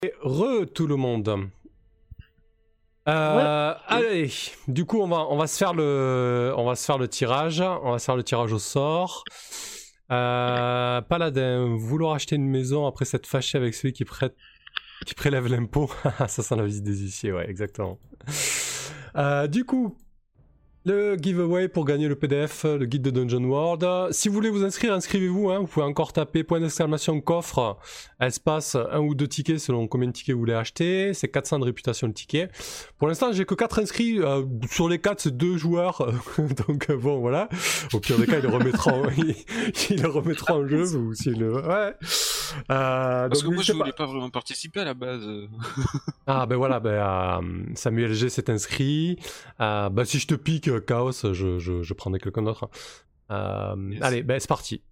Tout le monde. Allez, du coup on va se faire le tirage. On va se faire le tirage au sort. Paladin, vouloir acheter une maison après s'être fâché avec celui qui prélève l'impôt. Ça sent la visite des huissiers, ouais, exactement. Du coup, le giveaway pour gagner le PDF, le guide de Dungeon World. Si vous voulez vous inscrire, inscrivez-vous. Vous pouvez encore taper !coffre, espace 1 ou 2 tickets selon combien de tickets vous voulez acheter. C'est 400 de réputation le ticket. Pour l'instant, j'ai que 4 inscrits. Sur les 4, c'est 2 joueurs. Donc bon, voilà. Au pire des cas, il le remettra en jeu. Ou s'il ouais. Parce donc, que moi, je voulais pas vraiment participer à la base. Ah ben voilà, Samuel G s'est inscrit. Si je te pique Chaos, je prendrai quelqu'un d'autre. Yes. Allez, c'est parti.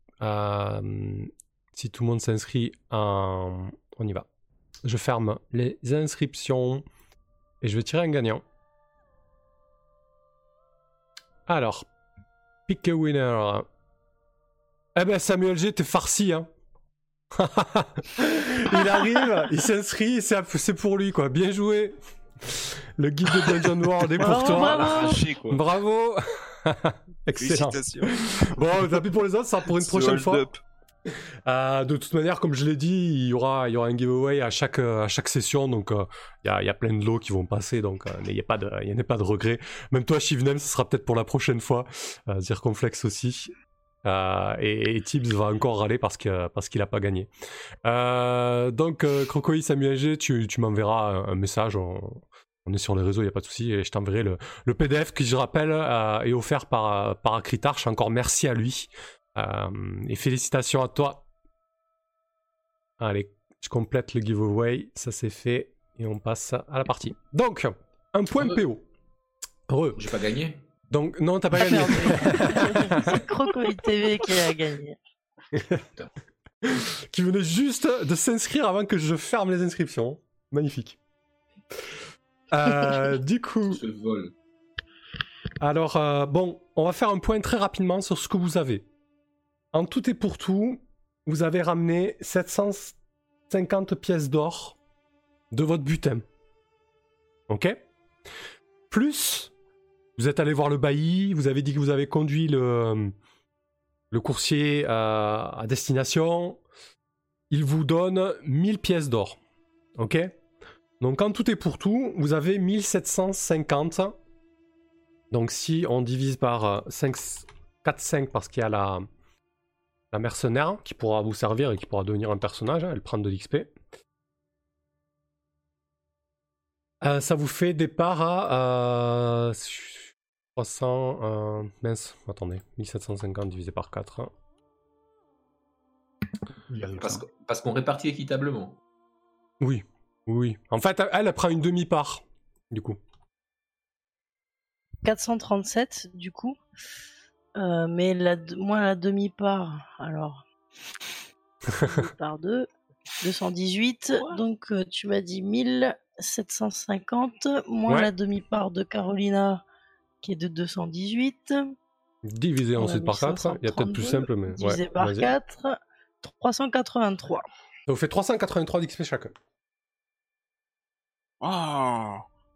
Si tout le monde s'inscrit, on y va. Je ferme les inscriptions et je vais tirer un gagnant. Alors, pick a winner. Samuel G, t'es farci, hein. Il arrive, il s'inscrit, c'est pour lui, quoi. Bien joué. Le guide de Dungeon World est pour toi. Bravo. Excellent. Bon, tant pis pour les autres, ça sera pour une prochaine fois. De toute manière, comme je l'ai dit, il y aura un giveaway à chaque session, donc il y a plein de lots qui vont passer, donc il n'y a pas de regret. Même toi, Shivnem, ce sera peut-être pour la prochaine fois. Zirconflex aussi. Et Tibbs va encore râler parce qu'il a pas gagné. Donc Crocoï Samuel G, tu m'enverras un message. On est sur les réseaux, il n'y a pas de souci, et je t'enverrai le PDF qui, je rappelle, est offert par Acritarch. Encore merci à lui. Et félicitations à toi. Allez, je complète le giveaway, ça c'est fait, et on passe à la partie. Donc, un point PO. Heureux. J'ai pas gagné. Donc, non, t'as pas gagné. C'est Crocoï TV qui a gagné. Qui venait juste de s'inscrire avant que je ferme les inscriptions. Magnifique. Du coup... Ce vol. Alors, on va faire un point très rapidement sur ce que vous avez. En tout et pour tout, vous avez ramené 750 pièces d'or de votre butin. Ok ? Plus... Vous êtes allé voir le bailli, vous avez dit que vous avez conduit le coursier à destination. Il vous donne 1000 pièces d'or. Ok ? Donc, en tout et pour tout, vous avez 1750. Donc, si on divise par 4-5, parce qu'il y a la mercenaire qui pourra vous servir et qui pourra devenir un personnage, elle prend de l'XP. Ça vous fait départ à... 300, mince, attendez, 1750 divisé par 4. Parce qu'on répartit équitablement. Oui. En fait, elle prend une demi-part, du coup. 437, du coup. Mais moi, la demi-part, alors... par 2, 218. Ouais. Donc, tu m'as dit 1750. Moi, la demi-part de Carolina... qui est de 218. Divisé ensuite par 4, il y a peut-être plus simple, mais... Divisé par 4, 383. Ça vous fait 383 d'XP chacun. Oh.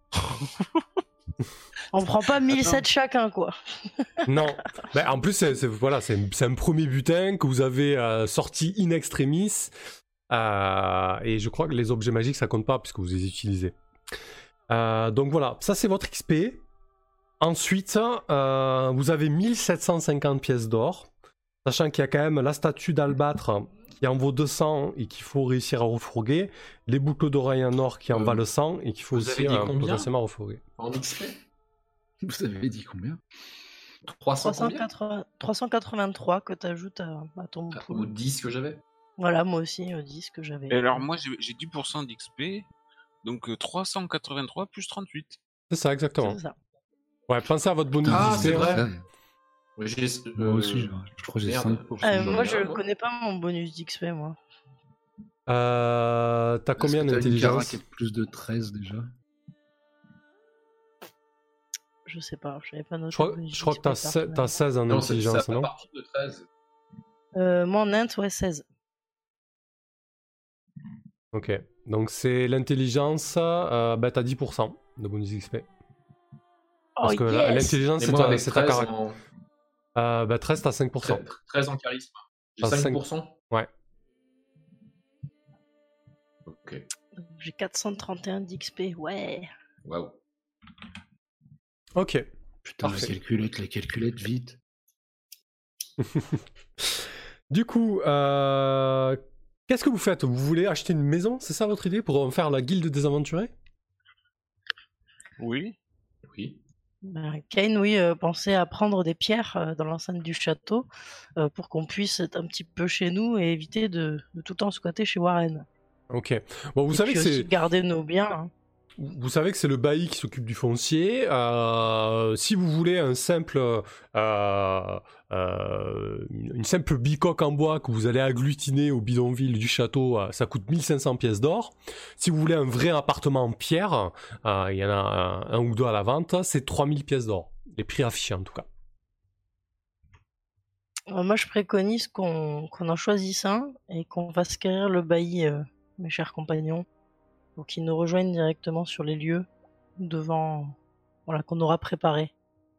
On prend pas 1007 chacun, quoi. Non. En plus, c'est un premier butin que vous avez sorti in extremis. Et je crois que les objets magiques, ça compte pas, puisque vous les utilisez. Donc voilà, ça c'est votre XP. Ensuite, vous avez 1750 pièces d'or, sachant qu'il y a quand même la statue d'Albâtre qui en vaut 200 et qu'il faut réussir à refourguer, les boucles d'oreilles en or qui en valent 100 et qu'il faut aussi potentiellement refourguer. En XP ? Vous avez dit combien ? 383 que tu ajoutes à ton pool. Aux 10 que j'avais ? Voilà, moi aussi, 10 que j'avais. Et alors moi j'ai 10% d'XP, donc 383 plus 38. C'est ça, exactement. C'est ça. Ouais, pensez à votre bonus d'XP. C'est vrai. Moi aussi, je crois que j'ai 5%. Moi, je connais pas mon bonus d'XP, moi. T'as combien d'intelligence ? Qui est plus de 13 déjà. Je sais pas, je savais pas noté. Je crois que t'as 16 en intelligence, non ? À partir de 13. Moi en int, 16. Ok. Donc c'est l'intelligence, t'as 10% de bonus XP. Parce que l'intelligence, c'est ta caractère. 13, t'as 5%. 13 en charisme. J'ai 5%. Ouais. Ok. J'ai 431 d'XP, ouais. Waouh. Ok. Putain, la calculette, vite. Du coup, qu'est-ce que vous faites? Vous voulez acheter une maison? C'est ça votre idée pour en faire la guilde des aventuriers? Oui. Kane, oui, pensait à prendre des pierres dans l'enceinte du château pour qu'on puisse être un petit peu chez nous et éviter de tout le temps squatter chez Warren. Ok. Bon, vous savez que c'est garder nos biens. Hein. Vous savez que c'est le bailli qui s'occupe du foncier. Si vous voulez une simple bicoque en bois que vous allez agglutiner au bidonville du château, ça coûte 1500 pièces d'or. Si vous voulez un vrai appartement en pierre, il y en a un ou deux à la vente, c'est 3000 pièces d'or. Les prix affichés en tout cas. Moi, je préconise qu'on en choisisse un et qu'on fasse quérir le bailli, mes chers compagnons, pour qu'ils nous rejoignent directement sur les lieux qu'on aura préparés.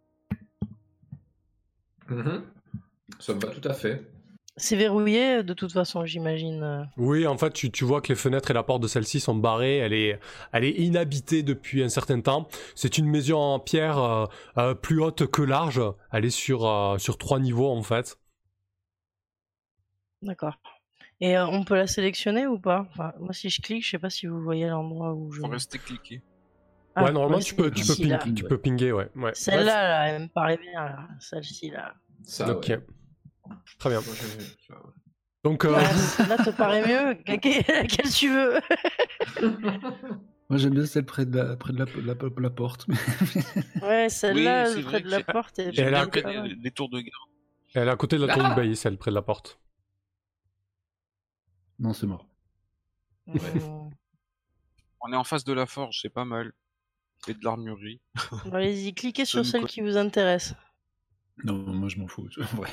Ça me va tout à fait. C'est verrouillé de toute façon, j'imagine. Oui, en fait, tu vois que les fenêtres et la porte de celle-ci sont barrées. Elle est inhabitée depuis un certain temps. C'est une maison en pierre plus haute que large. Elle est sur 3 niveaux en fait. D'accord. Et on peut la sélectionner ou pas? Enfin, moi, si je clique, je sais pas si vous voyez l'endroit où je... Faut rester cliqué. Ouais, normalement, tu peux pinguer, ouais. Celle-là, là, elle me paraît bien, là. Celle-ci, là. Ça, ok. Ouais. Très bien. Donc, là, te paraît mieux? Quelle tu veux? Moi, j'aime bien celle près de la porte. Ouais, celle-là, oui, près de la porte. Elle est à côté des tours de garde. Elle est à côté de la tour du bailli, celle près de la porte. Non, c'est mort. Ouais. On est en face de la forge, c'est pas mal. Et de l'armurerie. Bon, allez-y, cliquez sur celle qui vous intéresse. Non, moi je m'en fous. Ouais.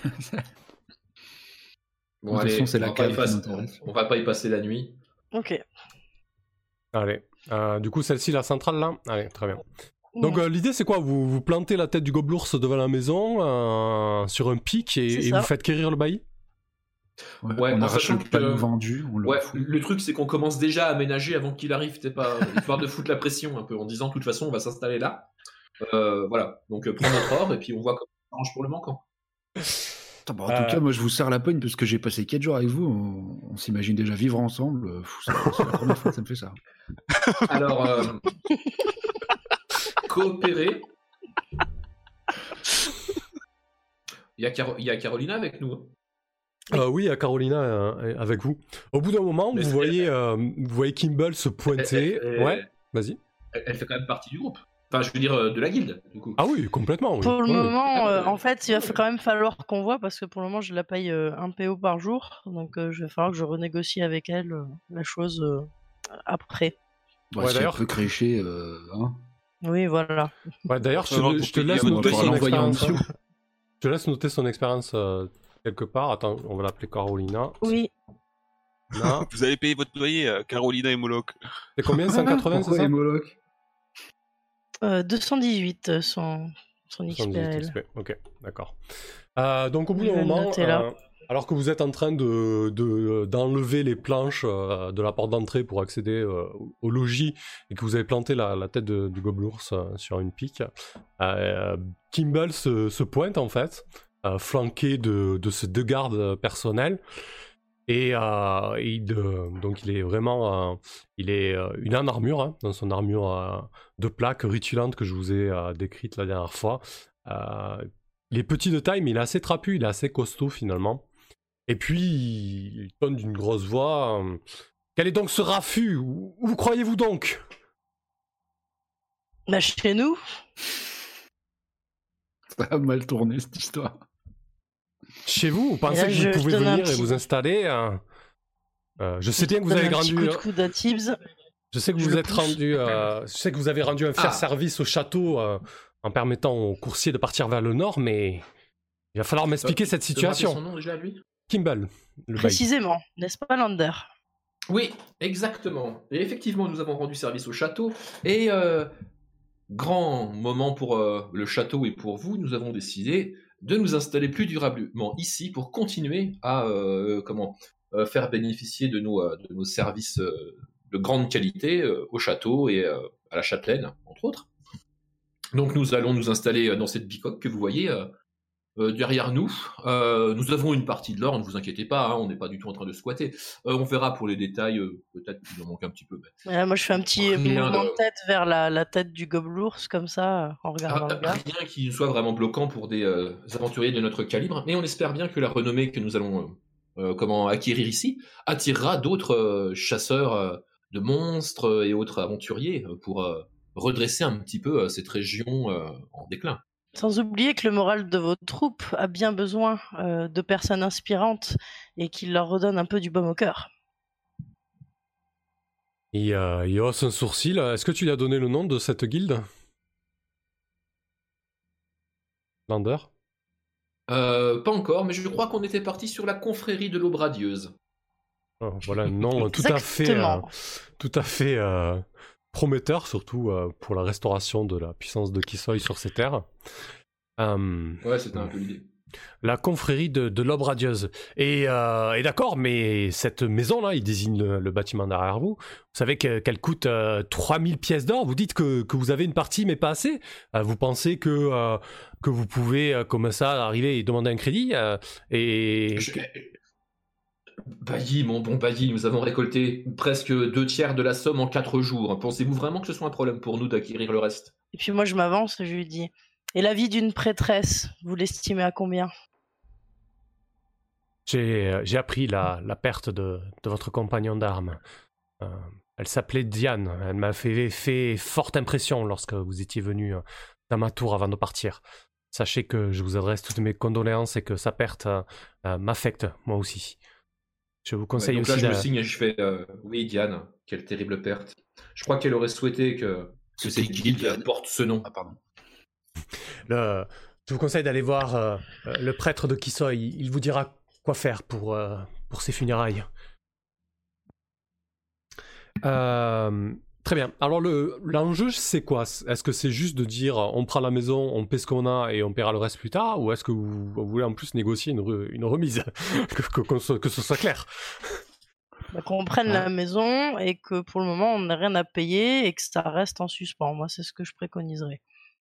Bon, de toute façon, c'est la cave qui m'intéresse. On va pas y passer la nuit. Ok. Allez. Du coup, celle-ci, la centrale, là. Allez, très bien. Donc l'idée c'est quoi? Vous plantez la tête du gobelours devant la maison sur un pic et vous faites quérir le bailli? Ouais, on arrache le panneau vendu. Le truc c'est qu'on commence déjà à aménager avant qu'il arrive, histoire de foutre la pression un peu en disant de toute façon on va s'installer là. Voilà, donc prends notre or et puis on voit comment ça arrange pour le manquant. En tout cas, moi je vous serre la poigne parce que j'ai passé 4 jours avec vous. On s'imagine déjà vivre ensemble. C'est la première fois que ça me fait ça. Alors, coopérer. Il y a Carolina avec nous. Oui, il y a Carolina avec vous. Au bout d'un moment, vous voyez Kimball se pointer. Ouais, vas-y. Elle fait quand même partie du groupe. Enfin, je veux dire, de la guilde, du coup. Ah oui, complètement. Oui. Pour le moment, en fait, il va quand même falloir qu'on voit, parce que pour le moment, je la paye 1 PO par jour. Donc, il va falloir que je renégocie avec elle la chose après. Ouais, d'ailleurs, peut crécher. Hein. Oui, voilà. Ouais, d'ailleurs, je te laisse noter son expérience. Je te laisse noter son expérience quelque part. Attends, on va l'appeler Carolina. Oui. Là. Vous avez payé votre loyer, Carolina et Moloch. C'est combien? 180, c'est ça? Moloch 218 son XP. Ok, d'accord. Donc au bout d'un moment, alors que vous êtes en train d'enlever les planches de la porte d'entrée pour accéder au logis et que vous avez planté la tête du gobelours sur une pique, Kimball se pointe en fait, flanqué de ces 2 gardes personnels. Et donc il est vraiment, il est en armure, hein, dans son armure de plaque rutilante que je vous ai décrite la dernière fois. Il est petit de taille, mais il est assez trapu, il est assez costaud finalement. Et puis il tonne d'une grosse voix. Quel est donc ce raffut? Où croyez-vous donc? Bah chez nous. Ça a mal tourné cette histoire. Chez vous pensez que vous pouvez venir et vous installer je sais bien que vous avez rendu. Je sais que vous êtes rendu. Je sais que vous avez rendu un fier service au château en permettant aux coursiers de partir vers le nord, mais il va falloir m'expliquer cette situation. Son nom déjà lui? Kimball. Précisément, n'est-ce pas, Lander? Oui, exactement. Et effectivement, nous avons rendu service au château. Et grand moment pour le château et pour vous, nous avons décidé de nous installer plus durablement ici pour continuer à faire bénéficier de nos services de grande qualité au château et à la châtelaine, entre autres. Donc nous allons nous installer dans cette bicoque que vous voyez derrière nous. Nous avons une partie de l'or, ne vous inquiétez pas, hein, on n'est pas du tout en train de squatter. On verra pour les détails, peut-être qu'il en manque un petit peu. Mais... moi je fais un petit mouvement de tête vers la tête du gobelours, comme ça, en regardant le gars. Rien qui soit vraiment bloquant pour des aventuriers de notre calibre, mais on espère bien que la renommée que nous allons acquérir ici attirera d'autres chasseurs de monstres et autres aventuriers pour redresser un petit peu cette région en déclin. Sans oublier que le moral de votre troupe a bien besoin de personnes inspirantes et qu'il leur redonne un peu du baume au cœur. Il hausse un sourcil. Est-ce que tu lui as donné le nom de cette guilde, Lander? Pas encore, mais je crois qu'on était parti sur la confrérie de l'Aube radieuse. Oh, voilà un nom tout à fait prometteur, surtout pour la restauration de la puissance de Kisoi sur ces terres. Ouais, c'était un peu l'idée. La confrérie de l'Aube radieuse. Et d'accord, mais cette maison-là, il désigne le bâtiment derrière vous. Vous savez qu'elle coûte 3000 pièces d'or. Vous dites que vous avez une partie, mais pas assez. Vous pensez que vous pouvez, comme ça, arriver et demander un crédit Bailly, mon bon Bailly, nous avons récolté presque 2/3 de la somme en 4 jours. Pensez-vous vraiment que ce soit un problème pour nous d'acquérir le reste? Et puis moi je m'avance et je lui dis: et la vie d'une prêtresse, vous l'estimez à combien? J'ai appris la perte de votre compagnon d'armes. Elle s'appelait Diane. Elle m'a fait forte impression lorsque vous étiez venu dans ma tour avant de partir. Sachez que je vous adresse toutes mes condoléances et que sa perte m'affecte, moi aussi. Je vous conseille donc aussi... Là, je me signe et je fais oui, Diane, quelle terrible perte. Je crois qu'elle aurait souhaité que cette guilde porte ce nom. Ah, pardon. Je vous conseille d'aller voir le prêtre de Kisoi. Il vous dira quoi faire pour ses funérailles. Très bien. Alors l'enjeu, c'est quoi? Est-ce que c'est juste de dire on prend la maison, on paie ce qu'on a et on paiera le reste plus tard? Ou est-ce que vous voulez en plus négocier une remise? que ce soit clair. Qu'on prenne la maison et que pour le moment on n'a rien à payer et que ça reste en suspens. Moi c'est ce que je préconiserais.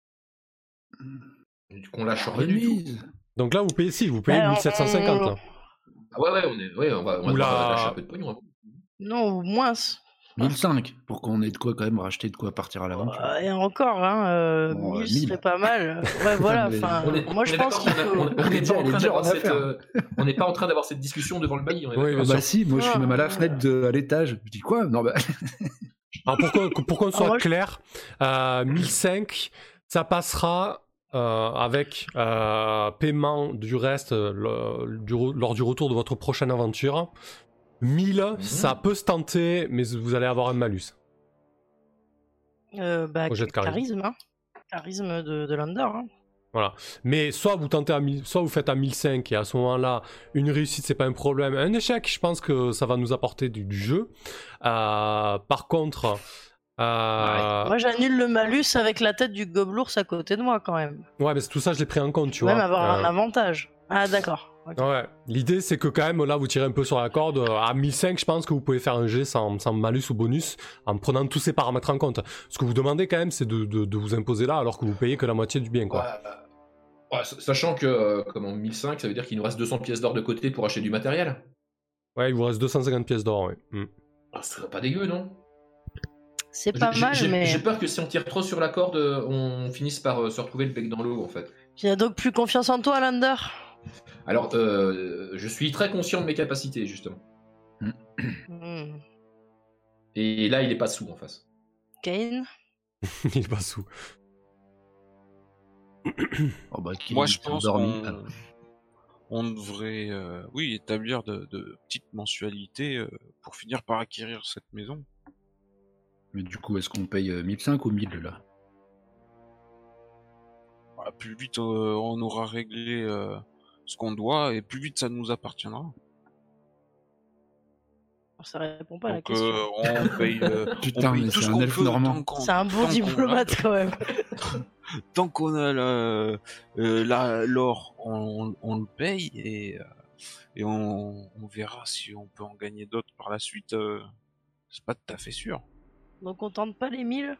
Qu'on lâche rien du tout. Donc là vous payez 1750 là. Ah ouais, on va lâcher un peu de pognon. Hein. Non, moins. 1005 pour qu'on ait de quoi quand même racheter de quoi partir à l'aventure. Et encore, 1000 serait pas mal. Ouais, voilà. Moi, je pense qu'il faut. On n'est pas en train d'avoir cette discussion devant le bailli. Si, moi je suis même à la fenêtre à l'étage. Je dis quoi? Non, bah. Alors pour qu'on soit clair, 1005, ça passera avec paiement du reste lors du retour de votre prochaine aventure. 1000, ça peut se tenter, mais vous allez avoir un malus. Charisme, hein. Charisme de Lander. Hein. Voilà. Mais soit vous tentez soit vous faites à 1005 et à ce moment-là, une réussite, c'est pas un problème. Un échec, je pense que ça va nous apporter du jeu. Par contre... Moi, j'annule le malus avec la tête du gobelours à côté de moi, quand même. Ouais, mais tout ça, je l'ai pris en compte, tu vois. Même avoir un avantage. Ah, d'accord. Okay. Ouais, l'idée c'est que quand même là vous tirez un peu sur la corde. À 1005, je pense que vous pouvez faire un jet sans malus ou bonus en prenant tous ces paramètres en compte. Ce que vous demandez quand même, c'est de vous imposer là alors que vous payez que la moitié du bien, quoi. Ouais, sachant que 1005, ça veut dire qu'il nous reste 200 pièces d'or de côté pour acheter du matériel. Ouais, il vous reste 250 pièces d'or, ouais. Ce serait pas dégueu, non? C'est pas mal, mais... J'ai peur que si on tire trop sur la corde, on finisse par se retrouver le bec dans l'eau, en fait. Tu as donc plus confiance en toi, Lander? Alors, je suis très conscient de mes capacités, justement. Et là, il est pas sous en face. Kane? Il est pas sous. Moi, je pense qu'on devrait établir de petites mensualités pour finir par acquérir cette maison. Mais du coup, est-ce qu'on paye 1005 ou 1000 là? Plus vite on aura réglé ce qu'on doit et plus vite ça nous appartiendra. Ça répond pas à la question. On paye, Putain, on paye mais tout c'est ce un qu'on elfe peut. normand. C'est un bon diplomate quand même. Tant qu'on a l'or, on le paye et on verra si on peut en gagner d'autres par la suite. C'est pas tout à fait sûr. Donc on tente pas les 1000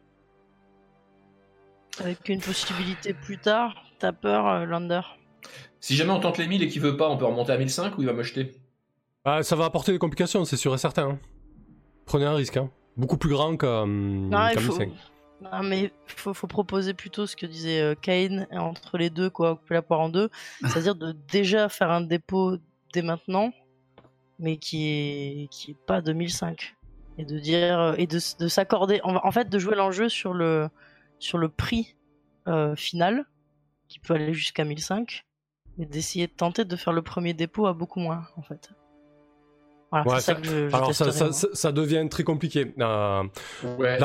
avec une possibilité plus tard. T'as peur, Lander? Si jamais on tente les 1000 et qu'il veut pas, on peut remonter à 1005 ou il va me jeter? Ça va apporter des complications, c'est sûr et certain. Hein. Prenez un risque, hein. Beaucoup plus grand qu'à 1005. Non, mais faut proposer plutôt ce que disait Kane entre les deux, quoi, couper la poire en deux. C'est-à-dire de déjà faire un dépôt dès maintenant, mais qui est pas 2005. Et de dire et de s'accorder, en fait, de jouer l'enjeu sur le prix final, qui peut aller jusqu'à 1005, mais d'essayer de tenter de faire le premier dépôt à beaucoup moins, en fait. Voilà, ouais, c'est ça que je alors testerai, ça devient très compliqué. Ouais.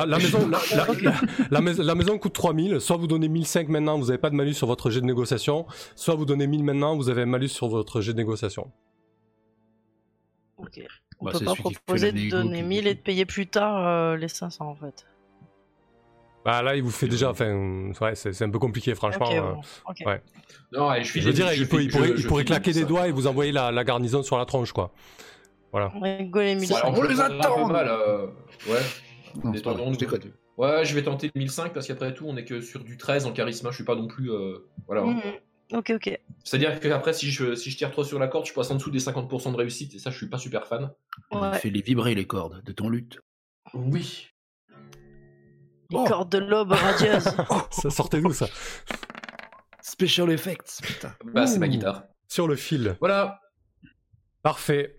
La maison coûte 3000, soit vous donnez 1005 maintenant, vous n'avez pas de malus sur votre jet de négociation, soit vous donnez 1000 maintenant, vous avez un malus sur votre jet de négociation. Ok. On peut pas proposer de donner 1000 et de payer plus tard les 500 en fait. Bah là il vous fait déjà, enfin ouais, c'est un peu compliqué franchement. Okay. Ouais. Non, allez, je veux dire, il pourrait claquer des doigts et vous envoyer la garnison sur la tronche quoi. Voilà. On les attend. Ouais. Non, détendons-nous. Ouais, je vais tenter 1005 parce qu'après tout, on est que sur du 13 en charisme. Je suis pas non plus. Voilà. Ok. C'est-à-dire qu'après, si je tire trop sur la corde, je passe en dessous des 50% de réussite et ça, je suis pas super fan. Ouais. Fais-les vibrer les cordes de ton luth. Oui. Les cordes de l'aube radieuse. Ça sortait d'où ça? Special effects, putain. Bah, c'est ma guitare. Sur le fil. Voilà. Parfait.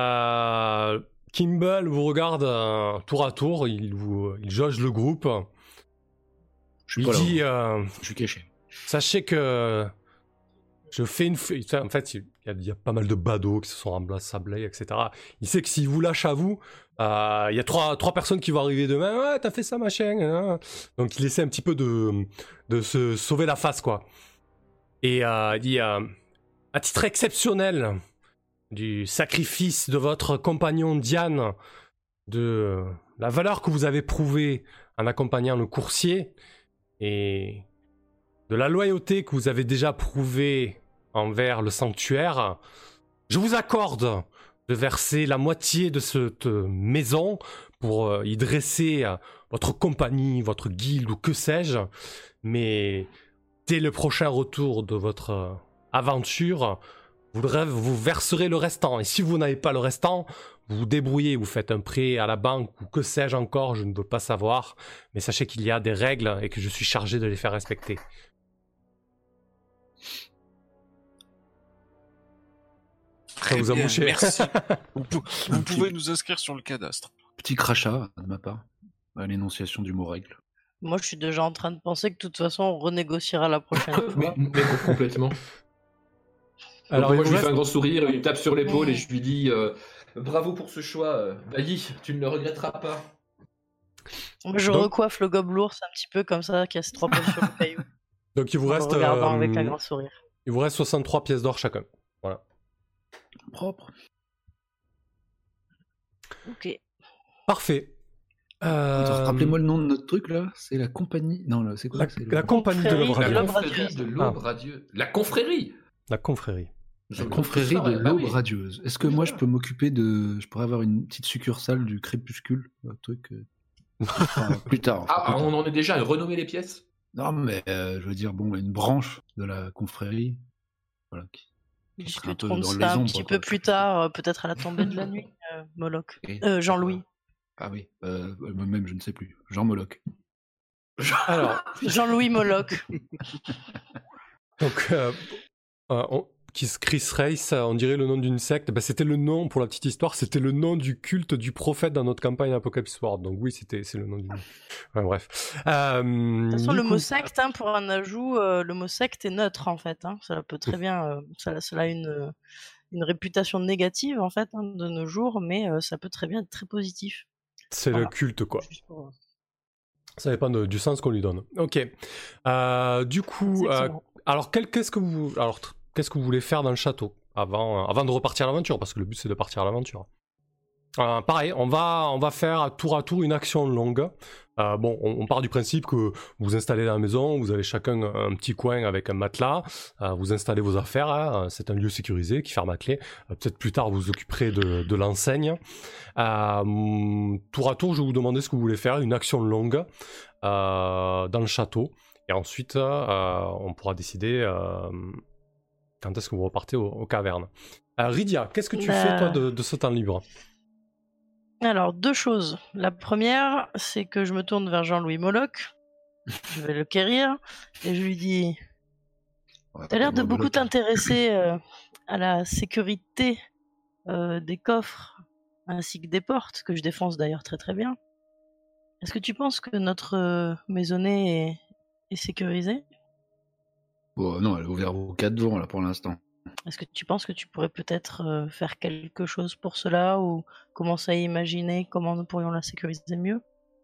Kimball vous regarde tour à tour, il jauge le groupe. Je suis caché. Sachez que je fais en fait, il y a pas mal de badauds qui se sont remplaçablés, etc. Il sait que s'il vous lâche à vous, il y a trois personnes qui vont arriver demain. Ouais, t'as fait ça, machin. Hein. Donc il essaie un petit peu de se sauver la face, quoi. Et il dit à titre exceptionnel du sacrifice de votre compagnon Diane, de la valeur que vous avez prouvée en accompagnant le coursier et de la loyauté que vous avez déjà prouvée envers le sanctuaire, je vous accorde de verser la moitié de cette maison pour y dresser votre compagnie, votre guilde ou que sais-je, mais dès le prochain retour de votre aventure, vous verserez le restant. Et si vous n'avez pas le restant, vous vous débrouillez, vous faites un prêt à la banque ou que sais-je encore, je ne veux pas savoir. Mais sachez qu'il y a des règles et que je suis chargé de les faire respecter. Ça vous a mouché. Merci. vous pouvez nous inscrire sur le cadastre. Petit crachat de ma part à l'énonciation du mot règle. Moi, je suis déjà en train de penser que de toute façon, on renégociera la prochaine fois. mais complètement. Alors moi, je lui fais un grand sourire, il me tape sur l'épaule et je lui dis bravo pour ce choix, Bailly, tu ne le regretteras pas. Je recoiffe le gobelours un petit peu comme ça, casse 3 points sur le caillou. Donc il vous reste avec un grand sourire. Il vous reste 63 pièces d'or chacun. Voilà. Propre. Ok. Parfait. Rappelez-moi le nom de notre truc là, c'est la compagnie. Non, là, c'est quoi? La compagnie de l'aube radieuse. La confrérie de l'aube radieuse. La confrérie. La confrérie. La confrérie de l'aube radieuse. Est-ce que moi je peux m'occuper de. Je pourrais avoir une petite succursale du crépuscule, un truc. Plus tard. On en est déjà à renommer les pièces? Non, mais je veux dire, bon, une branche de la confrérie. Voilà. Qui serait un peu dans les ombres, un petit peu plus tard, peut-être à la tombée de la nuit, Moloch. Jean-Louis. Ah oui, moi-même je ne sais plus. Jean Moloch. Alors, Jean-Louis Moloch. Donc, Chris Race, on dirait le nom d'une secte. Ben, c'était le nom, pour la petite histoire, c'était le nom du culte du prophète dans notre campagne Apocalypse World. Donc oui, c'est le nom du... Ouais, bref. De toute façon, le mot secte, pour un ajout, le mot secte est neutre, en fait. Ça peut très bien... ça a une réputation négative, en fait, de nos jours, mais ça peut très bien être très positif. C'est le culte, quoi. Ça dépend du sens qu'on lui donne. Ok. Du coup, alors qu'est-ce que vous voulez faire dans le château avant de repartir à l'aventure? Parce que le but c'est de partir à l'aventure. Pareil, on va faire tour à tour une action longue. On part du principe que vous installez dans la maison, vous avez chacun un petit coin avec un matelas, vous installez vos affaires, hein, c'est un lieu sécurisé qui ferme à clé. Peut-être plus tard vous vous occuperez de l'enseigne. Tour à tour, je vais vous demander ce que vous voulez faire, une action longue dans le château. Et ensuite, on pourra décider quand est-ce que vous repartez aux cavernes. Rydia, qu'est-ce que tu fais toi de ce temps libre ? Alors, 2 choses. La première, c'est que je me tourne vers Jean-Louis Moloch. Je vais le quérir et je lui dis t'as l'air de beaucoup t'intéresser à la sécurité des coffres ainsi que des portes, que je défonce d'ailleurs très très bien. Est-ce que tu penses que notre maisonnée est sécurisée ? Non, elle est ouverte aux 4 vents là pour l'instant. Est-ce que tu penses que tu pourrais peut-être faire quelque chose pour cela ou commencer à imaginer comment nous pourrions la sécuriser mieux ?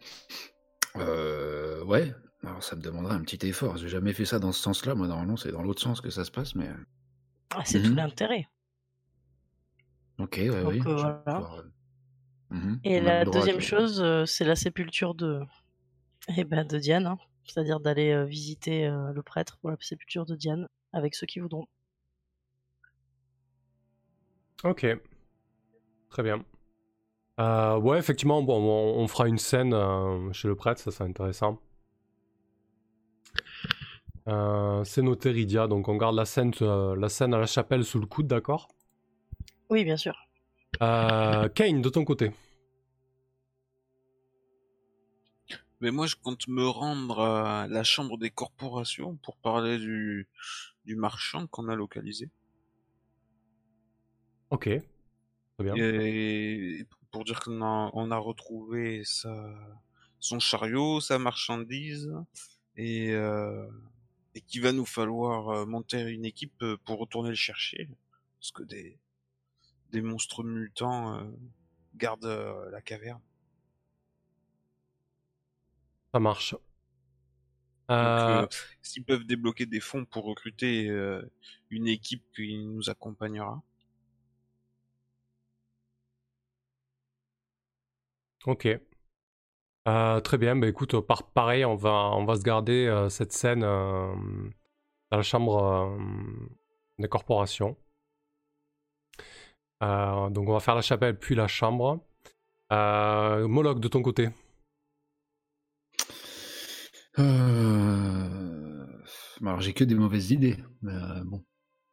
Ouais. Alors ça me demanderait un petit effort. J'ai jamais fait ça dans ce sens-là. Moi, normalement, c'est dans l'autre sens que ça se passe, mais... c'est tout l'intérêt. Ok, ouais, oui. Voilà. Et la deuxième chose, c'est la sépulture de Diane. Hein. C'est-à-dire d'aller visiter le prêtre pour la sépulture de Diane avec ceux qui voudront. Ok, très bien. Ouais, effectivement, on fera une scène chez le prêtre, ça c'est intéressant. C'est noté, Rydia, donc on garde la scène à la chapelle sous le coude, d'accord ? Oui, bien sûr. Kane, de ton côté ? Mais moi, je compte me rendre à la chambre des corporations pour parler du marchand qu'on a localisé. Ok, très bien. Et pour dire qu'on a retrouvé son chariot, sa marchandise, et qu'il va nous falloir monter une équipe pour retourner le chercher, parce que des monstres mutants gardent la caverne. Ça marche. Donc, s'ils peuvent débloquer des fonds pour recruter une équipe qui nous accompagnera. Ok. Très bien, bah écoute, pareil, on va se garder cette scène dans la chambre des corporations. Donc on va faire la chapelle puis la chambre. Moloch, de ton côté ? Alors j'ai que des mauvaises idées, mais bon.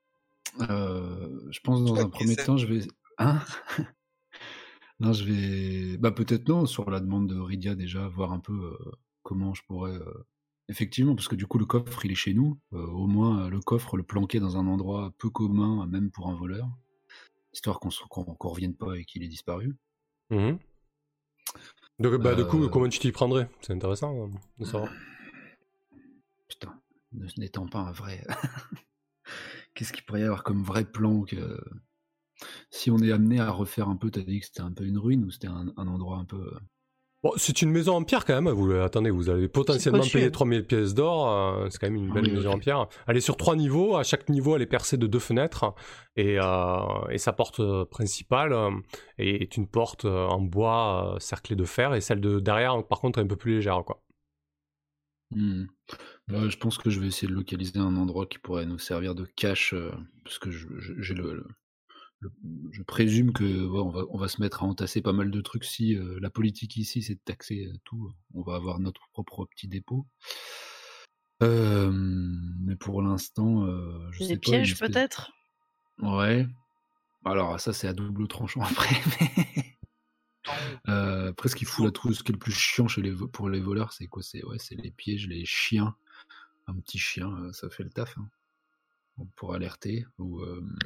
Je pense dans un premier temps, je vais... Hein ? Non, je vais... peut-être non, sur la demande de Rydia déjà, voir un peu comment je pourrais... Effectivement, parce que du coup le coffre il est chez nous, au moins le coffre le planquer dans un endroit peu commun, même pour un voleur, histoire qu'on revienne pas et qu'il ait disparu. Mmh. Du coup, comment tu t'y prendrais ? C'est intéressant de savoir. Putain, n'étant pas un vrai... Qu'est-ce qu'il pourrait y avoir comme vrai plan que... Si on est amené à refaire un peu, t'as dit que c'était un peu une ruine ou c'était un endroit un peu... Bon, c'est une maison en pierre quand même, attendez, vous allez potentiellement payer 3000 pièces d'or, c'est quand même une belle maison en pierre. Elle est sur 3 niveaux, à chaque niveau elle est percée de 2 fenêtres, et sa porte principale est une porte en bois cerclée de fer, et celle de derrière par contre est un peu plus légère, quoi. Je pense que je vais essayer de localiser un endroit qui pourrait nous servir de cache, parce que je présume que on va se mettre à entasser pas mal de trucs. Si la politique ici c'est de taxer tout, on va avoir notre propre petit dépôt. Mais pour l'instant, je sais pas. Des pièges peut-être ? Ouais. Alors ça c'est à double tranchant après. Après ce qui fout la trousse, ce qui est le plus chiant pour les voleurs, c'est quoi ? C'est les pièges, les chiens. Un petit chien, ça fait le taf. Hein. Pour alerter ou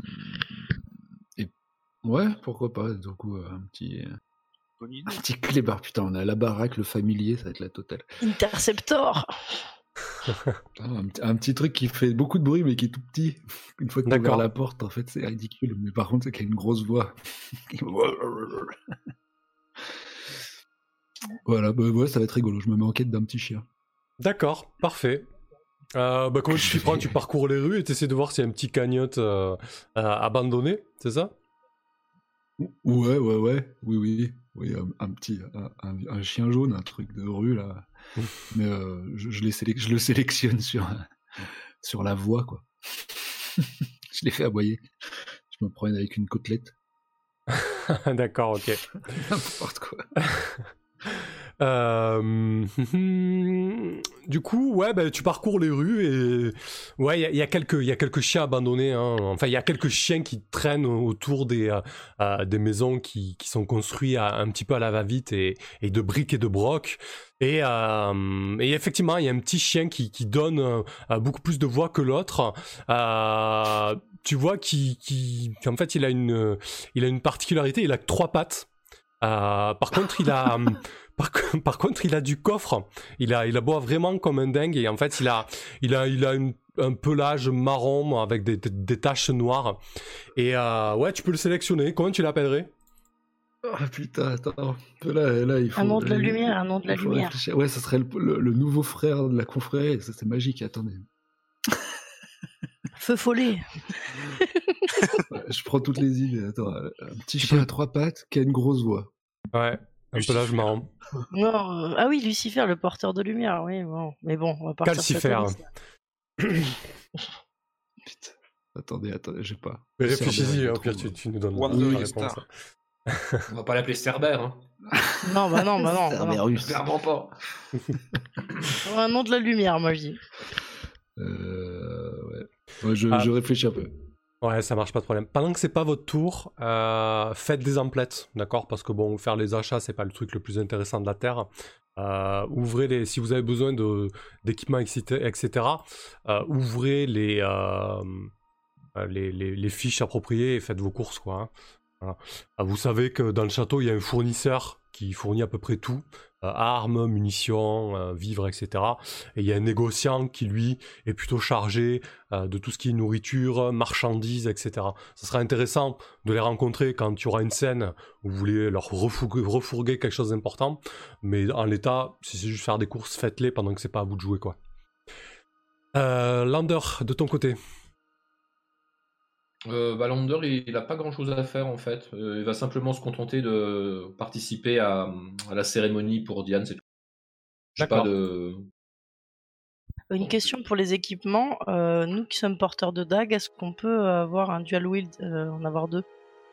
ouais, pourquoi pas, du coup, un petit clébard, putain, on a la baraque, le familier, ça va être la totale. Interceptor. Un petit truc qui fait beaucoup de bruit, mais qui est tout petit. Une fois que tu ouvres la porte, en fait, c'est ridicule, mais par contre, c'est qu'il y a une grosse voix. Voilà, ouais, ça va être rigolo, je me mets en quête d'un petit chien. D'accord, parfait. Comment tu t'y prends ? Tu parcours les rues et tu essaies de voir s'il y a un petit cagnotte abandonné, c'est ça ? Ouais, oui, un chien jaune, un truc de rue là. Mais je le sélectionne sur la voie, quoi. Je les fais aboyer. Je me promène avec une côtelette. D'accord, ok. N'importe quoi. Du coup, ouais, tu parcours les rues et ouais, il y a quelques chiens abandonnés. Hein. Enfin, il y a quelques chiens qui traînent autour des maisons qui sont construites un petit peu à la va-vite et de briques et de brocs. Et effectivement, il y a un petit chien qui donne beaucoup plus de voix que l'autre. Tu vois qu'en fait, il a une particularité. Il a 3 pattes. Par contre, il a Par contre, il a du coffre. Il aboie vraiment comme un dingue et en fait, il a un pelage marron avec des taches noires. Et ouais, tu peux le sélectionner. Comment tu l'appellerais? Oh putain, attends. Là, il faut. Un nom de la lumière, réfléchir. Ouais, ça serait le nouveau frère de la confrérie. Ça, c'est magique. Attendez. Feu follet. Ouais, je prends toutes les idées. Attends, un petit chien à 3 pattes qui a une grosse voix. Ouais. Un pelage marrant. Non, ah oui, Lucifer, le porteur de lumière, oui, bon. Mais bon, on va partir Calcifer. Putain. Attendez, j'ai pas. Mais réfléchis-y, au pire, tu nous donnes la réponse. On va pas l'appeler Cerber, hein. Non. Cerberus. Clairement pas. Un nom de la lumière, moi, je dis. Ouais, je réfléchis un peu. Ouais, ça marche, pas de problème. Pendant que c'est pas votre tour, faites des emplettes, d'accord? Parce que bon, faire les achats, c'est pas le truc le plus intéressant de la Terre. Ouvrez si vous avez besoin d'équipements, etc. Ouvrez les fiches appropriées et faites vos courses, quoi. Hein. Voilà. Vous savez que dans le château, il y a un fournisseur qui fournit à peu près tout. Armes, munitions, vivres, etc. Et il y a un négociant qui, lui, est plutôt chargé de tout ce qui est nourriture, marchandises, etc. Ça sera intéressant de les rencontrer quand il y aura une scène où vous voulez leur refourguer quelque chose d'important. Mais en l'état, si c'est juste faire des courses, faites-les pendant que c'est pas à vous de jouer, quoi. Lander, de ton côté. Lander, il a pas grand chose à faire en fait. Il va simplement se contenter de participer à la cérémonie pour Diane, c'est tout. D'accord. Une question pour les équipements. Nous qui sommes porteurs de dagues, est-ce qu'on peut avoir un dual wield, en avoir 2?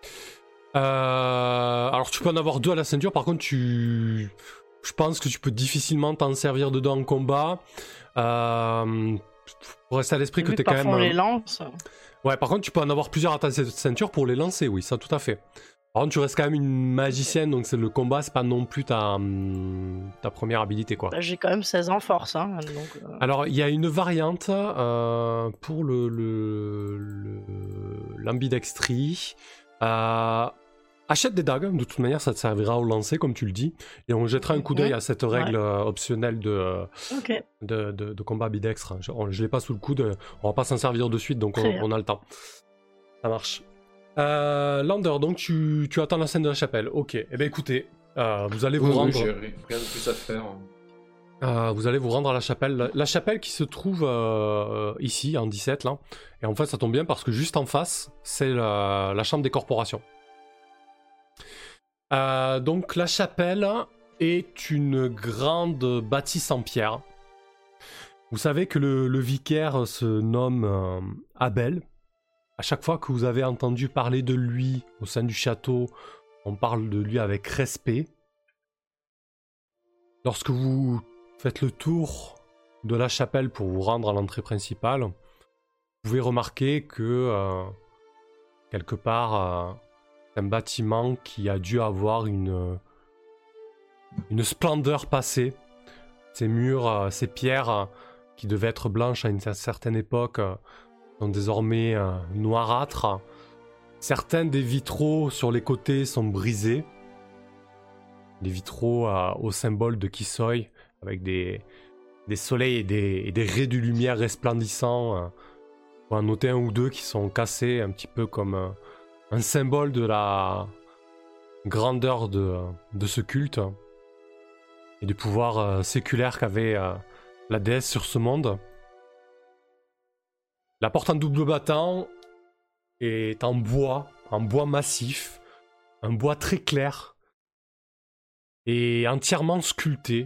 Alors tu peux en avoir 2 à la ceinture, par contre je pense que tu peux difficilement t'en servir dedans en combat. Pour rester à l'esprit que t'es quand même... on les lance. Ouais, par contre tu peux en avoir plusieurs à ta ceinture pour les lancer, oui, ça tout à fait. Par contre tu restes quand même une magicienne, donc le combat c'est pas non plus ta première habilité, quoi. Bah, j'ai quand même 16 en force, hein, donc... Alors il y a une variante pour l'ambidextrie. Achète des dagues, de toute manière ça te servira au lancer comme tu le dis, et on jettera un coup d'œil à cette règle optionnelle de combat ambidextre. Je l'ai pas sous le coude, on va pas s'en servir de suite, donc on a le temps. Ça marche. Lander, donc tu attends la scène de la chapelle. Ok, eh bien écoutez, vous allez vous rendre... j'ai rien de plus à faire. Vous allez vous rendre à la chapelle qui se trouve ici, en 17, là. Et en fait, ça tombe bien parce que juste en face, c'est la chambre des corporations. Donc la chapelle est une grande bâtisse en pierre. Vous savez que le vicaire se nomme Abel. À chaque fois que vous avez entendu parler de lui au sein du château, on parle de lui avec respect. Lorsque vous faites le tour de la chapelle pour vous rendre à l'entrée principale, vous pouvez remarquer que quelque part, c'est un bâtiment qui a dû avoir une splendeur passée. Ces murs, ces pierres qui devaient être blanches à une certaine époque sont désormais noirâtres. Certains des vitraux sur les côtés sont brisés. Des vitraux au symbole de Kisoi, avec des soleils et des raies de lumière resplendissants. On va en noter un ou deux qui sont cassés, un petit peu comme un symbole de la grandeur de ce culte et du pouvoir séculaire qu'avait la déesse sur ce monde. La porte en double battant est en bois massif. un bois très clair et entièrement sculpté.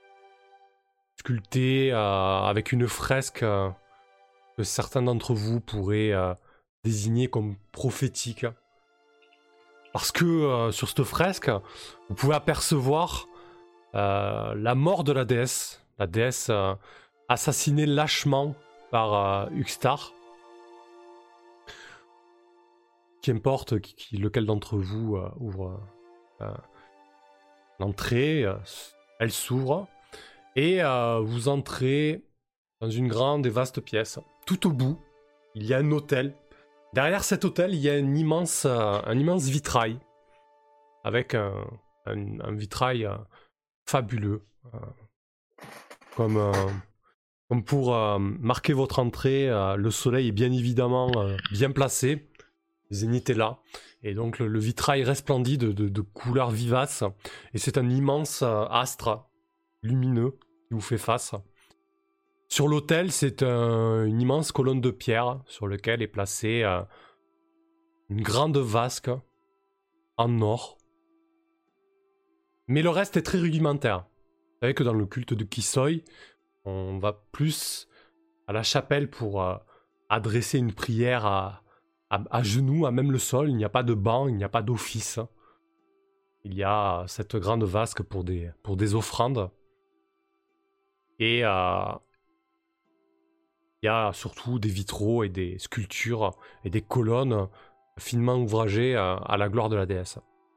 Sculpté avec une fresque que certains d'entre vous pourraient désigner comme prophétique. Parce que sur cette fresque, vous pouvez apercevoir la mort de la déesse. La déesse assassinée lâchement par Uxtar. Qu'importe lequel d'entre vous ouvre l'entrée, elle s'ouvre. Et vous entrez dans une grande et vaste pièce. Tout au bout, il y a un autel. Derrière cet autel, il y a un immense vitrail. Avec un vitrail fabuleux. Comme pour marquer votre entrée, le soleil est bien évidemment bien placé. Le zénith est là. Et donc le vitrail resplendit de couleurs vivaces. Et c'est un immense astre lumineux qui vous fait face. Sur l'autel, c'est une immense colonne de pierre sur laquelle est placée une grande vasque en or. Mais le reste est très rudimentaire. Vous savez que dans le culte de Kisoi, on va plus à la chapelle pour adresser une prière à genoux, à même le sol. Il n'y a pas de banc, il n'y a pas d'office. Il y a cette grande vasque pour des offrandes. Et il y a surtout des vitraux et des sculptures et des colonnes finement ouvragées à la gloire de la déesse.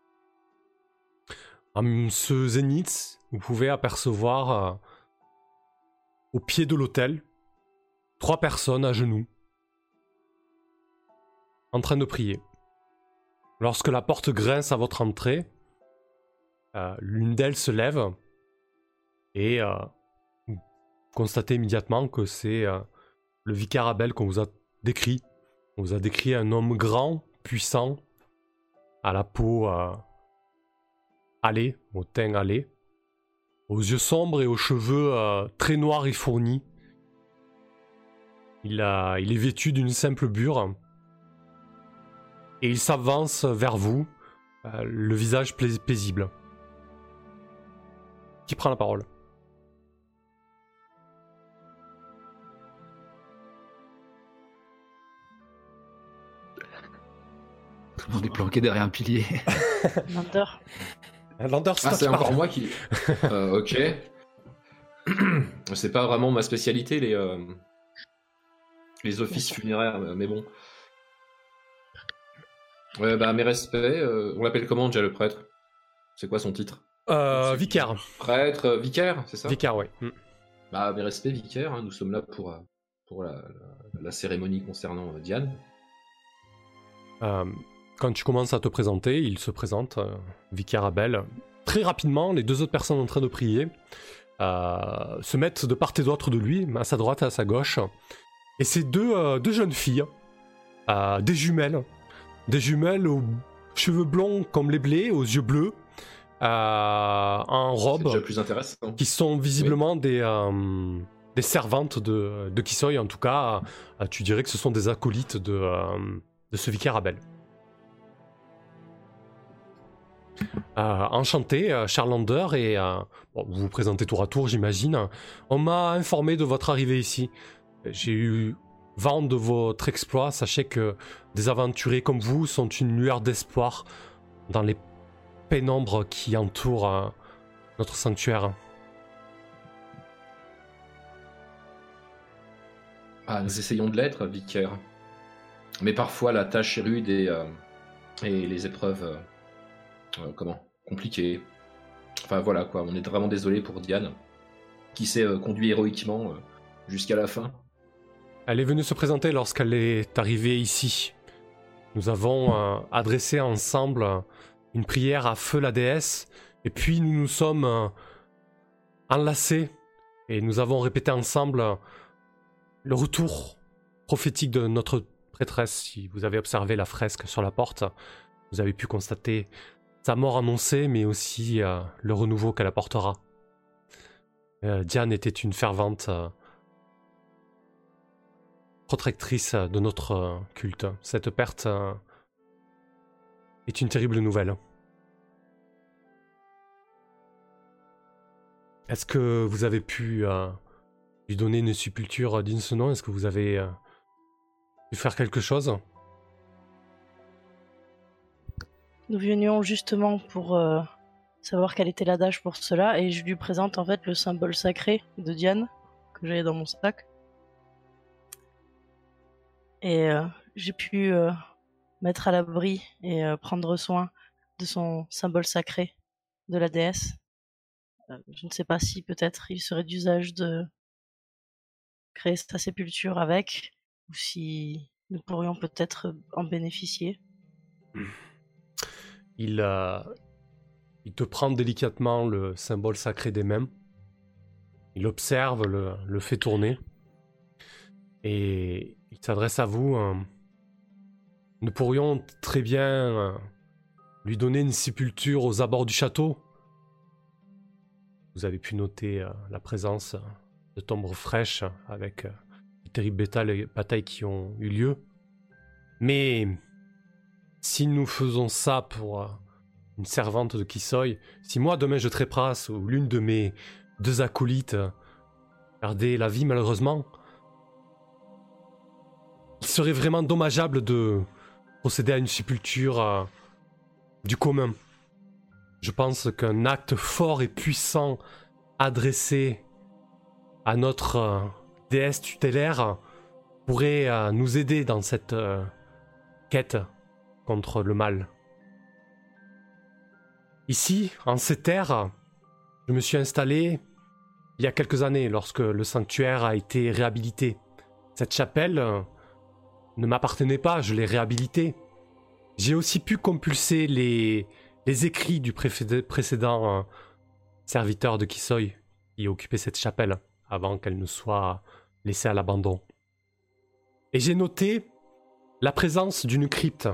En ce zénith, vous pouvez apercevoir au pied de l'autel 3 personnes à genoux en train de prier. Lorsque la porte grince à votre entrée, l'une d'elles se lève et vous constatez immédiatement que c'est le vicaire Abel qu'on vous a décrit. On vous a décrit un homme grand, puissant, à la peau hâlée, au teint hâlé, aux yeux sombres et aux cheveux très noirs et fournis. Il est vêtu d'une simple bure et il s'avance vers vous, le visage paisible. Qui prend la parole ? Tout le monde est planqué derrière un pilier. Lander. Lander, c'est encore moi qui... ok. C'est pas vraiment ma spécialité, les offices funéraires, mais bon. Ouais, bah mes respects. On l'appelle comment déjà le prêtre ? C'est quoi son titre ? Vicaire. Prêtre, vicaire, c'est ça ? Vicaire, oui. Bah mes respects, vicaire. Hein, nous sommes là pour la cérémonie concernant Diane. Quand tu commences à te présenter, il se présente, vicaire Abel. Très rapidement, les 2 autres personnes en train de prier se mettent de part et d'autre de lui, à sa droite et à sa gauche. Et c'est deux jeunes filles, des jumelles aux cheveux blonds comme les blés, aux yeux bleus, en robe, c'est déjà plus intéressant. Qui sont visiblement des servantes de Kisoi. En tout cas, tu dirais que ce sont des acolytes de ce vicaire Abel. Enchanté, Charlander, et bon, vous vous présentez tour à tour, j'imagine. On m'a informé de votre arrivée ici. J'ai eu vent de votre exploit. Sachez que des aventuriers comme vous sont une lueur d'espoir dans les pénombres qui entourent notre sanctuaire. Nous essayons de l'être, vicaire. Mais parfois la tâche est rude et les épreuves compliquées. Enfin voilà quoi, on est vraiment désolé pour Diane, qui s'est conduit héroïquement jusqu'à la fin. Elle est venue se présenter lorsqu'elle est arrivée ici. Nous avons adressé ensemble une prière à feu la déesse, et puis nous nous sommes enlacés, et nous avons répété ensemble le retour prophétique de notre prêtresse. Si vous avez observé la fresque sur la porte, vous avez pu constater sa mort annoncée, mais aussi le renouveau qu'elle apportera. Diane était une fervente protectrice de notre culte. Cette perte est une terrible nouvelle. Est-ce que vous avez pu lui donner une sépulture digne de ce nom? Est-ce que vous avez pu faire quelque chose? Nous venions justement pour savoir quel était l'adage pour cela, et je lui présente en fait le symbole sacré de Diane que j'avais dans mon sac. Et j'ai pu mettre à l'abri et prendre soin de son symbole sacré de la déesse. Je ne sais pas si peut-être il serait d'usage de créer sa sépulture avec, ou si nous pourrions peut-être en bénéficier. Il te prend délicatement le symbole sacré des mêmes. Il observe, le fait tourner. Et il s'adresse à vous. Nous pourrions très bien lui donner une sépulture aux abords du château. Vous avez pu noter la présence de tombes fraîches avec les terribles batailles qui ont eu lieu. Mais si nous faisons ça pour une servante de Kisoi, si moi demain je trépasse ou l'une de mes 2 acolytes perdait la vie malheureusement, il serait vraiment dommageable de procéder à une sépulture du commun. Je pense qu'un acte fort et puissant adressé à notre déesse tutélaire pourrait nous aider dans cette quête contre le mal. Ici, en ces terres, je me suis installé il y a quelques années lorsque le sanctuaire a été réhabilité. Cette chapelle ne m'appartenait pas, je l'ai réhabilitée. J'ai aussi pu compulser les écrits du précédent serviteur de Kisoi qui occupait cette chapelle avant qu'elle ne soit laissée à l'abandon. Et j'ai noté la présence d'une crypte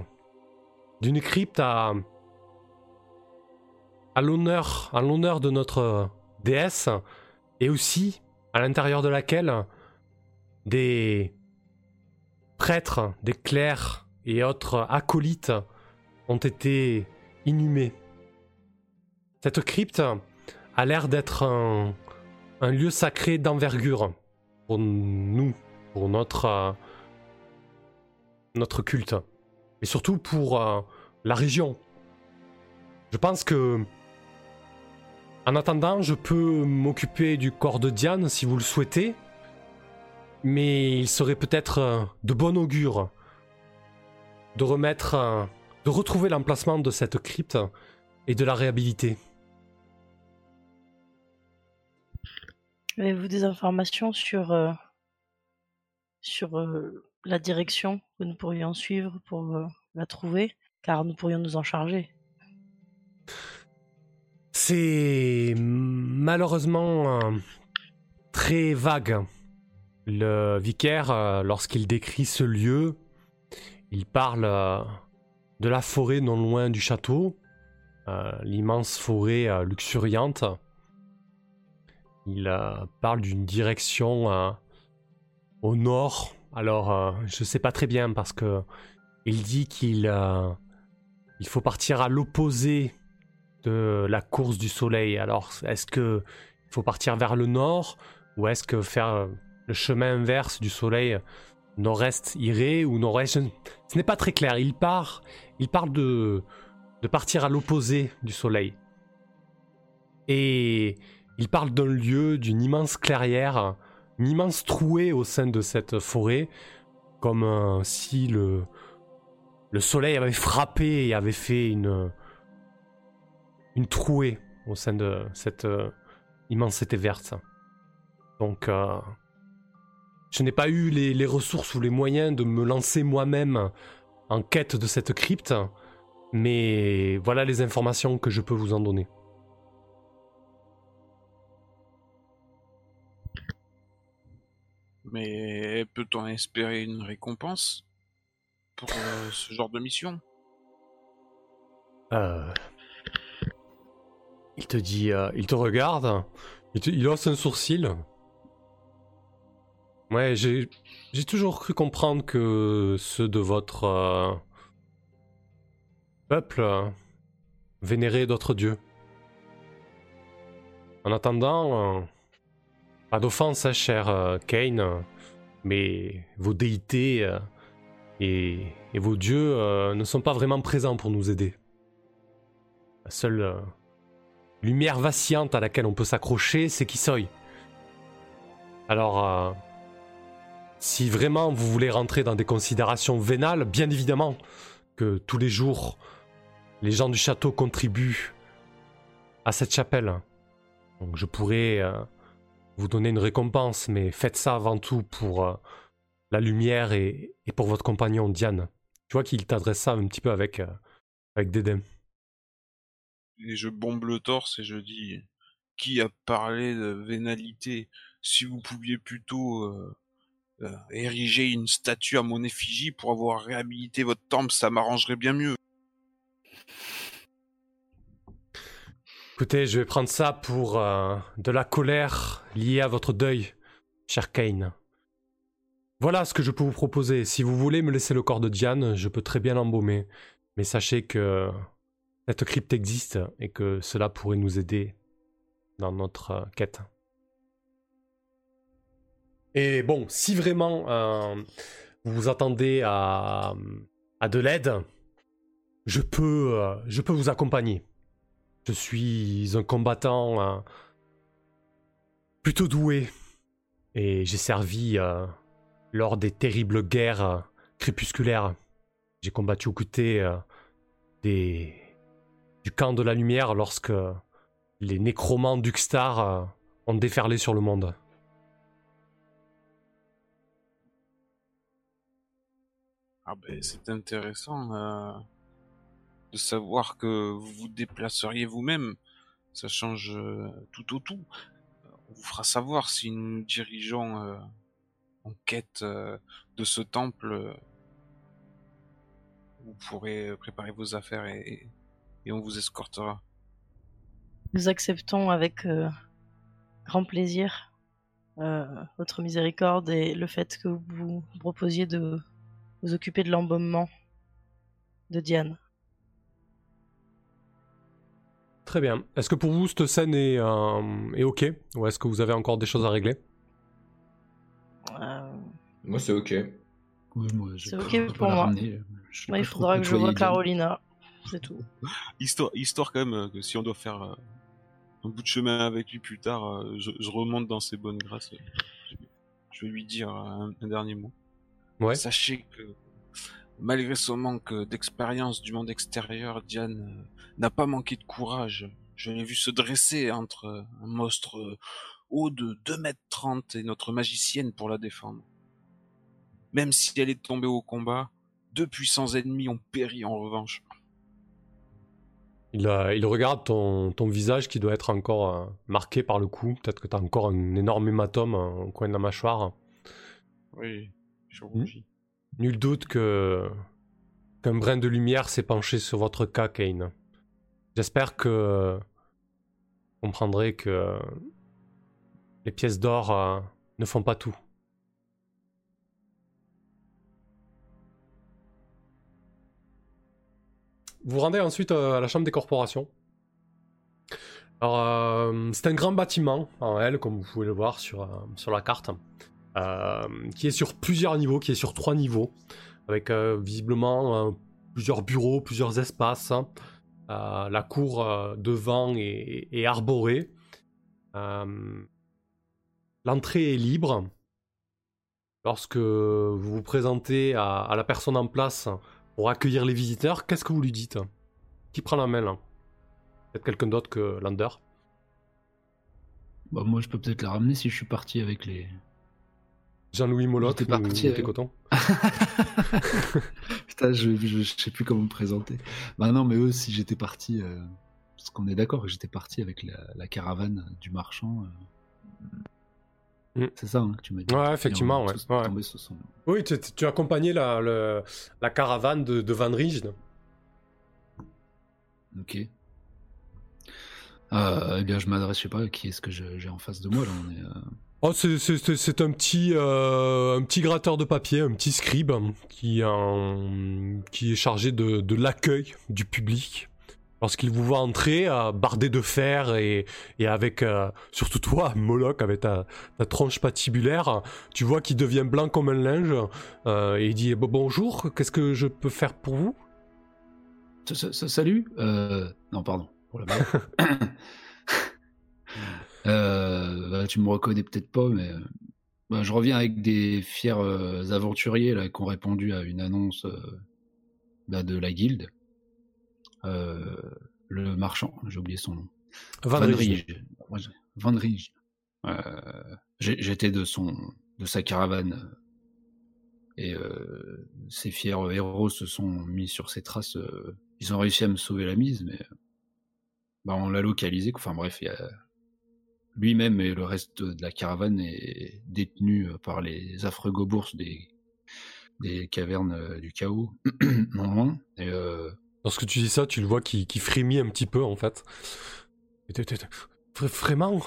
à l'honneur de notre déesse, et aussi à l'intérieur de laquelle des prêtres, des clercs et autres acolytes ont été inhumés. Cette crypte a l'air d'être un lieu sacré d'envergure pour nous, pour notre culte, et surtout pour la région. Je pense que, en attendant, je peux m'occuper du corps de Diane si vous le souhaitez, mais il serait peut-être de bon augure de retrouver l'emplacement de cette crypte et de la réhabiliter. Avez-vous des informations sur la direction que nous pourrions suivre pour la trouver, car nous pourrions nous en charger? C'est malheureusement très vague. Le vicaire, lorsqu'il décrit ce lieu, il parle de la forêt non loin du château, l'immense forêt luxuriante. Il parle d'une direction au nord. Alors, je sais pas très bien parce que il dit qu'il faut partir à l'opposé de la course du soleil. Alors, est-ce que il faut partir vers le nord, ou est-ce que faire le chemin inverse du soleil, nord-est irait, ou nord-est? Ce n'est pas très clair. Il parle de partir à l'opposé du soleil. Et il parle d'un lieu, d'une immense clairière, une immense trouée au sein de cette forêt, comme si le soleil avait frappé et avait fait une trouée au sein de cette immensité verte. Donc, je n'ai pas eu les ressources ou les moyens de me lancer moi-même en quête de cette crypte, mais voilà les informations que je peux vous en donner. Mais peut-on espérer une récompense pour ce genre de mission? Il te dit, il te regarde, il hausse un sourcil. Ouais, j'ai toujours cru comprendre que ceux de votre peuple vénérait d'autres dieux. En attendant, pas d'offense, hein, cher Kane, mais vos déités et vos dieux ne sont pas vraiment présents pour nous aider. La seule lumière vacillante à laquelle on peut s'accrocher, c'est Kisoi. Alors, si vraiment vous voulez rentrer dans des considérations vénales, bien évidemment que tous les jours, les gens du château contribuent à cette chapelle. Donc je pourrais vous donner une récompense, mais faites ça avant tout pour la lumière et pour votre compagnon Diane. Tu vois qu'il t'adresse ça un petit peu avec dédain. Et je bombe le torse et je dis, qui a parlé de vénalité? Si vous pouviez plutôt ériger une statue à mon effigie pour avoir réhabilité votre temple, ça m'arrangerait bien mieux. Écoutez, je vais prendre ça pour de la colère liée à votre deuil, cher Kane. Voilà ce que je peux vous proposer. Si vous voulez me laisser le corps de Diane, je peux très bien l'embaumer. Mais sachez que cette crypte existe et que cela pourrait nous aider dans notre quête. Et bon, si vraiment vous vous attendez à de l'aide, je peux vous accompagner. Je suis un combattant plutôt doué et j'ai servi lors des terribles guerres crépusculaires. J'ai combattu aux côtés du camp de la lumière lorsque les nécromants d'Uxtar ont déferlé sur le monde. Ah ben, c'est intéressant de savoir que vous vous déplaceriez vous-même. Ça change tout au tout. On vous fera savoir si nous nous dirigeons en quête de ce temple. Vous pourrez préparer vos affaires et on vous escortera. Nous acceptons avec grand plaisir votre miséricorde et le fait que vous proposiez de vous occuper de l'embaumement de Diane. Très bien. Est-ce que pour vous, cette scène est ok? Ou est-ce que vous avez encore des choses à régler? Moi, c'est ok. Oui, moi, c'est ok pour moi. Moi, il faudra que je vois Carolina. C'est tout. Histoire quand même que si on doit faire un bout de chemin avec lui plus tard, je remonte dans ses bonnes grâces. Je vais lui dire un dernier mot. Ouais. Sachez que malgré son manque d'expérience du monde extérieur, Diane n'a pas manqué de courage. Je l'ai vu se dresser entre un monstre haut de 2,30 m et notre magicienne pour la défendre. Même si elle est tombée au combat, 2 puissants ennemis ont péri en revanche. Il regarde ton visage qui doit être encore marqué par le coup. Peut-être que tu as encore un énorme hématome au coin de la mâchoire. Oui, je rougis. Nul doute qu'un brin de lumière s'est penché sur votre cas, Kane. J'espère que vous comprendrez que les pièces d'or ne font pas tout. Vous vous rendez ensuite à la chambre des corporations. Alors, c'est un grand bâtiment en L, comme vous pouvez le voir sur la carte, qui est sur plusieurs niveaux, qui est sur 3 niveaux, avec visiblement plusieurs bureaux, plusieurs espaces. La cour devant est arborée. L'entrée est libre. Lorsque vous vous présentez à la personne en place pour accueillir les visiteurs, qu'est-ce que vous lui dites? Qui prend la main là? Peut-être quelqu'un d'autre que Lander? Bah moi je peux peut-être la ramener si je suis parti avec les... Jean-Louis Molotte, ou Coton. Putain, je sais plus comment me présenter. Bah non, mais eux, si j'étais parti... parce qu'on est d'accord que j'étais parti avec la caravane du marchand... C'est ça que tu m'as dit. Ouais, effectivement. Ouais. Oui, tu accompagnais la caravane de Van Rijen. Ok. Eh bien, je m'adresse, je sais pas, qui est-ce que j'ai en face de moi, là. Oh, c'est un petit gratteur de papier, un petit scribe qui est chargé de l'accueil du public. Lorsqu'il vous voit entrer, bardé de fer et avec, surtout toi, Moloch, avec ta tronche patibulaire, tu vois qu'il devient blanc comme un linge, et il dit bonjour, qu'est-ce que je peux faire pour vous ? Salut. Non, pardon. Pour la blague. Tu me reconnais peut-être pas, mais je reviens avec des fiers aventuriers là, qui ont répondu à une annonce de la guilde. Le marchand, j'ai oublié son nom. Van Rij. J'étais de sa caravane et ces fiers héros se sont mis sur ses traces. Ils ont réussi à me sauver la mise, mais on l'a localisé. Enfin bref, il y a lui-même et le reste de la caravane est détenu par les affreux gobours des cavernes du chaos, non loin. Et lorsque tu dis ça, tu le vois qui frémit un petit peu en fait. Vraiment,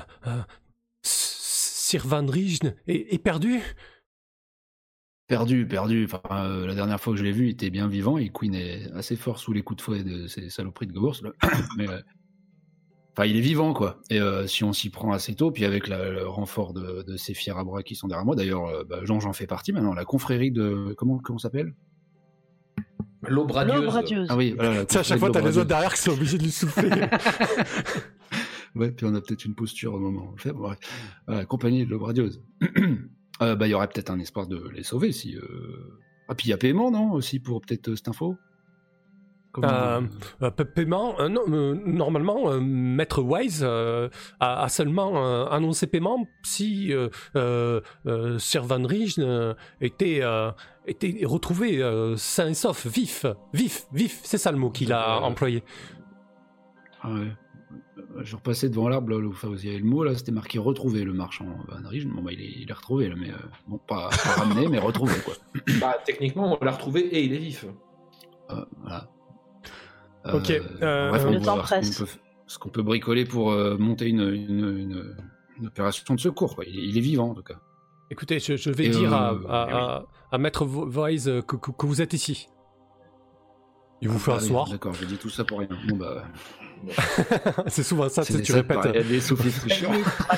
Sir Van Rijn est perdu ? Perdu. Enfin, la dernière fois que je l'ai vu, il était bien vivant. Il couinait assez fort sous les coups de fouet de ces saloperies de gobours. Mais il est vivant, quoi. Et si on s'y prend assez tôt, puis avec le renfort de ces fiers à bras qui sont derrière moi, d'ailleurs, j'en fais partie maintenant. La confrérie de comment ça s'appelle ? L'aube radieuse. Ah oui, voilà. À chaque fois, t'as les autres derrière qui sont obligés de lui souffler. Ouais, puis on a peut-être une posture au moment. Voilà, compagnie de l'aube radieuse. Il y aurait peut-être un espoir de les sauver si. Ah, puis il y a paiement, non, aussi, pour peut-être cette info ? Paiement, non, normalement, Maître Wise a seulement annoncé paiement si Sir Van Rijn était retrouvé sain et sauf, vif, c'est ça le mot qu'il a employé. Ah ouais. Je repassais devant l'arbre là où il y avait le mot, là, c'était marqué retrouver le marchand Van Rijn. Bon, il est retrouvé, là, mais pas ramené, mais retrouvé, quoi. Techniquement, on l'a retrouvé et il est vif. Voilà. Ok. Bref, on le temps va presse. ce qu'on peut bricoler pour monter une opération de secours, quoi. Il est vivant, en tout cas. Écoutez, je vais dire à Maître Wise que vous êtes ici. Il vous fait asseoir. D'accord, j'ai dit tout ça pour rien. Bon, c'est souvent ça, tu répètes. Il y a des sous-fifres chiants.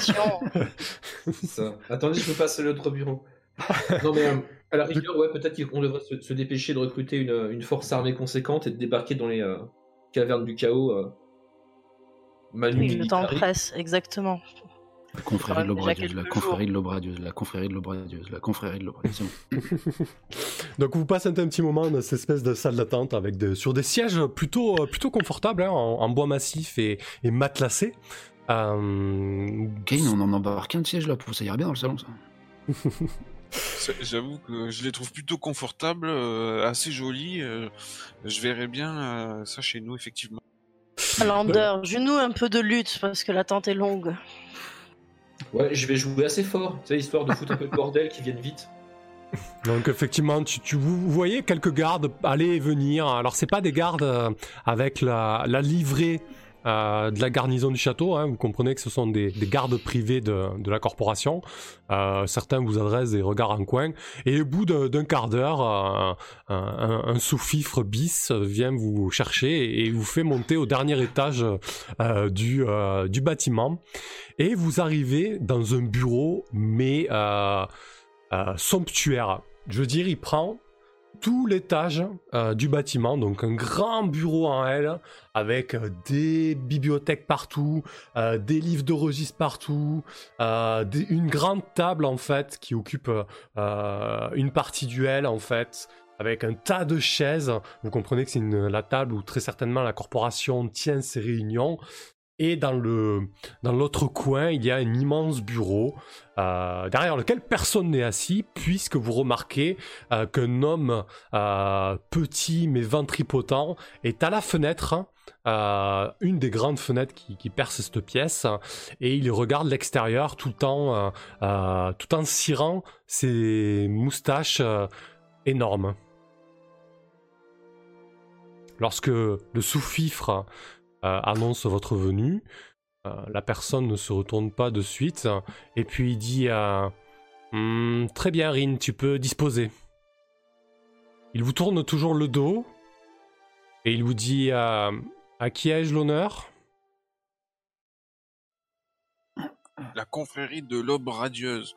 C'est ça. Attendez, je peux passer à l'autre bureau. Non, mais à la rigueur, ouais, peut-être qu'on devrait se dépêcher de recruter une force armée conséquente et de débarquer dans les cavernes du chaos. Oui, le temps presse, exactement. La confrérie de l'aube radieuse, la confrérie de l'aube radieuse, la confrérie de l'aube radieuse, la confrérie de l'aube radieuse. Donc vous passez un petit moment dans cette espèce de salle d'attente avec sur des sièges plutôt confortables, hein, en bois massif et matelassé. Kane, on en embarque un de siège là, ça irait bien dans le salon, ça. J'avoue que je les trouve plutôt confortables, assez jolis. Je verrais bien ça chez nous, effectivement. Lander, joue-nous un peu de lutte parce que l'attente est longue. Ouais, je vais jouer assez fort, tu sais, histoire de foutre un peu de bordel qui viennent vite. Donc effectivement, vous voyez quelques gardes aller et venir. Alors c'est pas des gardes avec la livrée de la garnison du château, hein. Vous comprenez que ce sont des gardes privés de la corporation. Certains vous adressent des regards en coin. Et au bout d'un quart d'heure, un sous-fifre bis vient vous chercher et vous fait monter au dernier étage du bâtiment. Et vous arrivez dans un bureau, mais somptuaire. Je veux dire, il prend tout l'étage du bâtiment, donc un grand bureau en L, avec des bibliothèques partout, des livres de registre partout, une grande table en fait qui occupe une partie du L en fait, avec un tas de chaises. Vous comprenez que c'est la table où très certainement la corporation tient ses réunions. Et dans l'autre coin, il y a un immense bureau derrière lequel personne n'est assis, puisque vous remarquez qu'un homme petit mais ventripotent est à la fenêtre, une des grandes fenêtres qui perce cette pièce, et il regarde l'extérieur tout en cirant ses moustaches énormes. Lorsque le sous-fifre annonce votre venue, La personne ne se retourne pas de suite. Et puis il dit très bien, Rin, tu peux disposer. Il vous tourne toujours le dos. Et il vous dit à qui ai-je l'honneur ? La confrérie de l'Aube radieuse.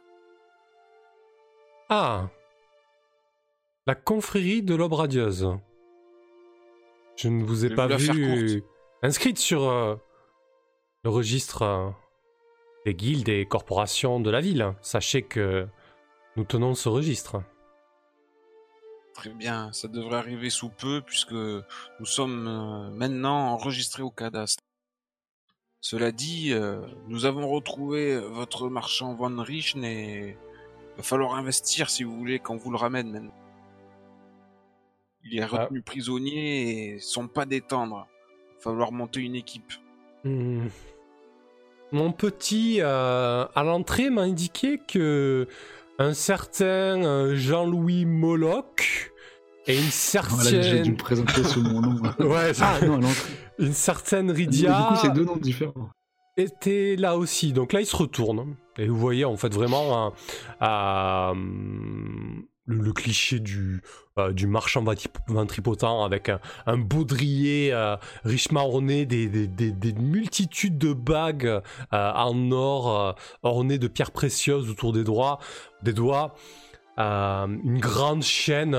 Ah, la confrérie de l'Aube radieuse. Je ne vous ai pas vu inscrite sur le registre des guildes et corporations de la ville. Sachez que nous tenons ce registre. Très bien, ça devrait arriver sous peu puisque nous sommes maintenant enregistrés au cadastre. Cela dit, nous avons retrouvé votre marchand Van Richten et il va falloir investir si vous voulez qu'on vous le ramène maintenant. Il est retenu prisonnier et son pas d'étendre. Il va falloir monter une équipe. Mon petit, à l'entrée, m'a indiqué que un certain Jean-Louis Moloch et une certaine... Voilà, j'ai dû me présenter sous mon nom. Ouais, non, à l'entrée. Une certaine Rydia... Du coup, c'est 2 noms différents. Était là aussi. Donc là, il se retourne. Et vous voyez, en fait, vraiment le cliché du marchand ventripotent avec un baudrier richement orné, des multitudes de bagues en or ornées de pierres précieuses autour des doigts, une grande chaîne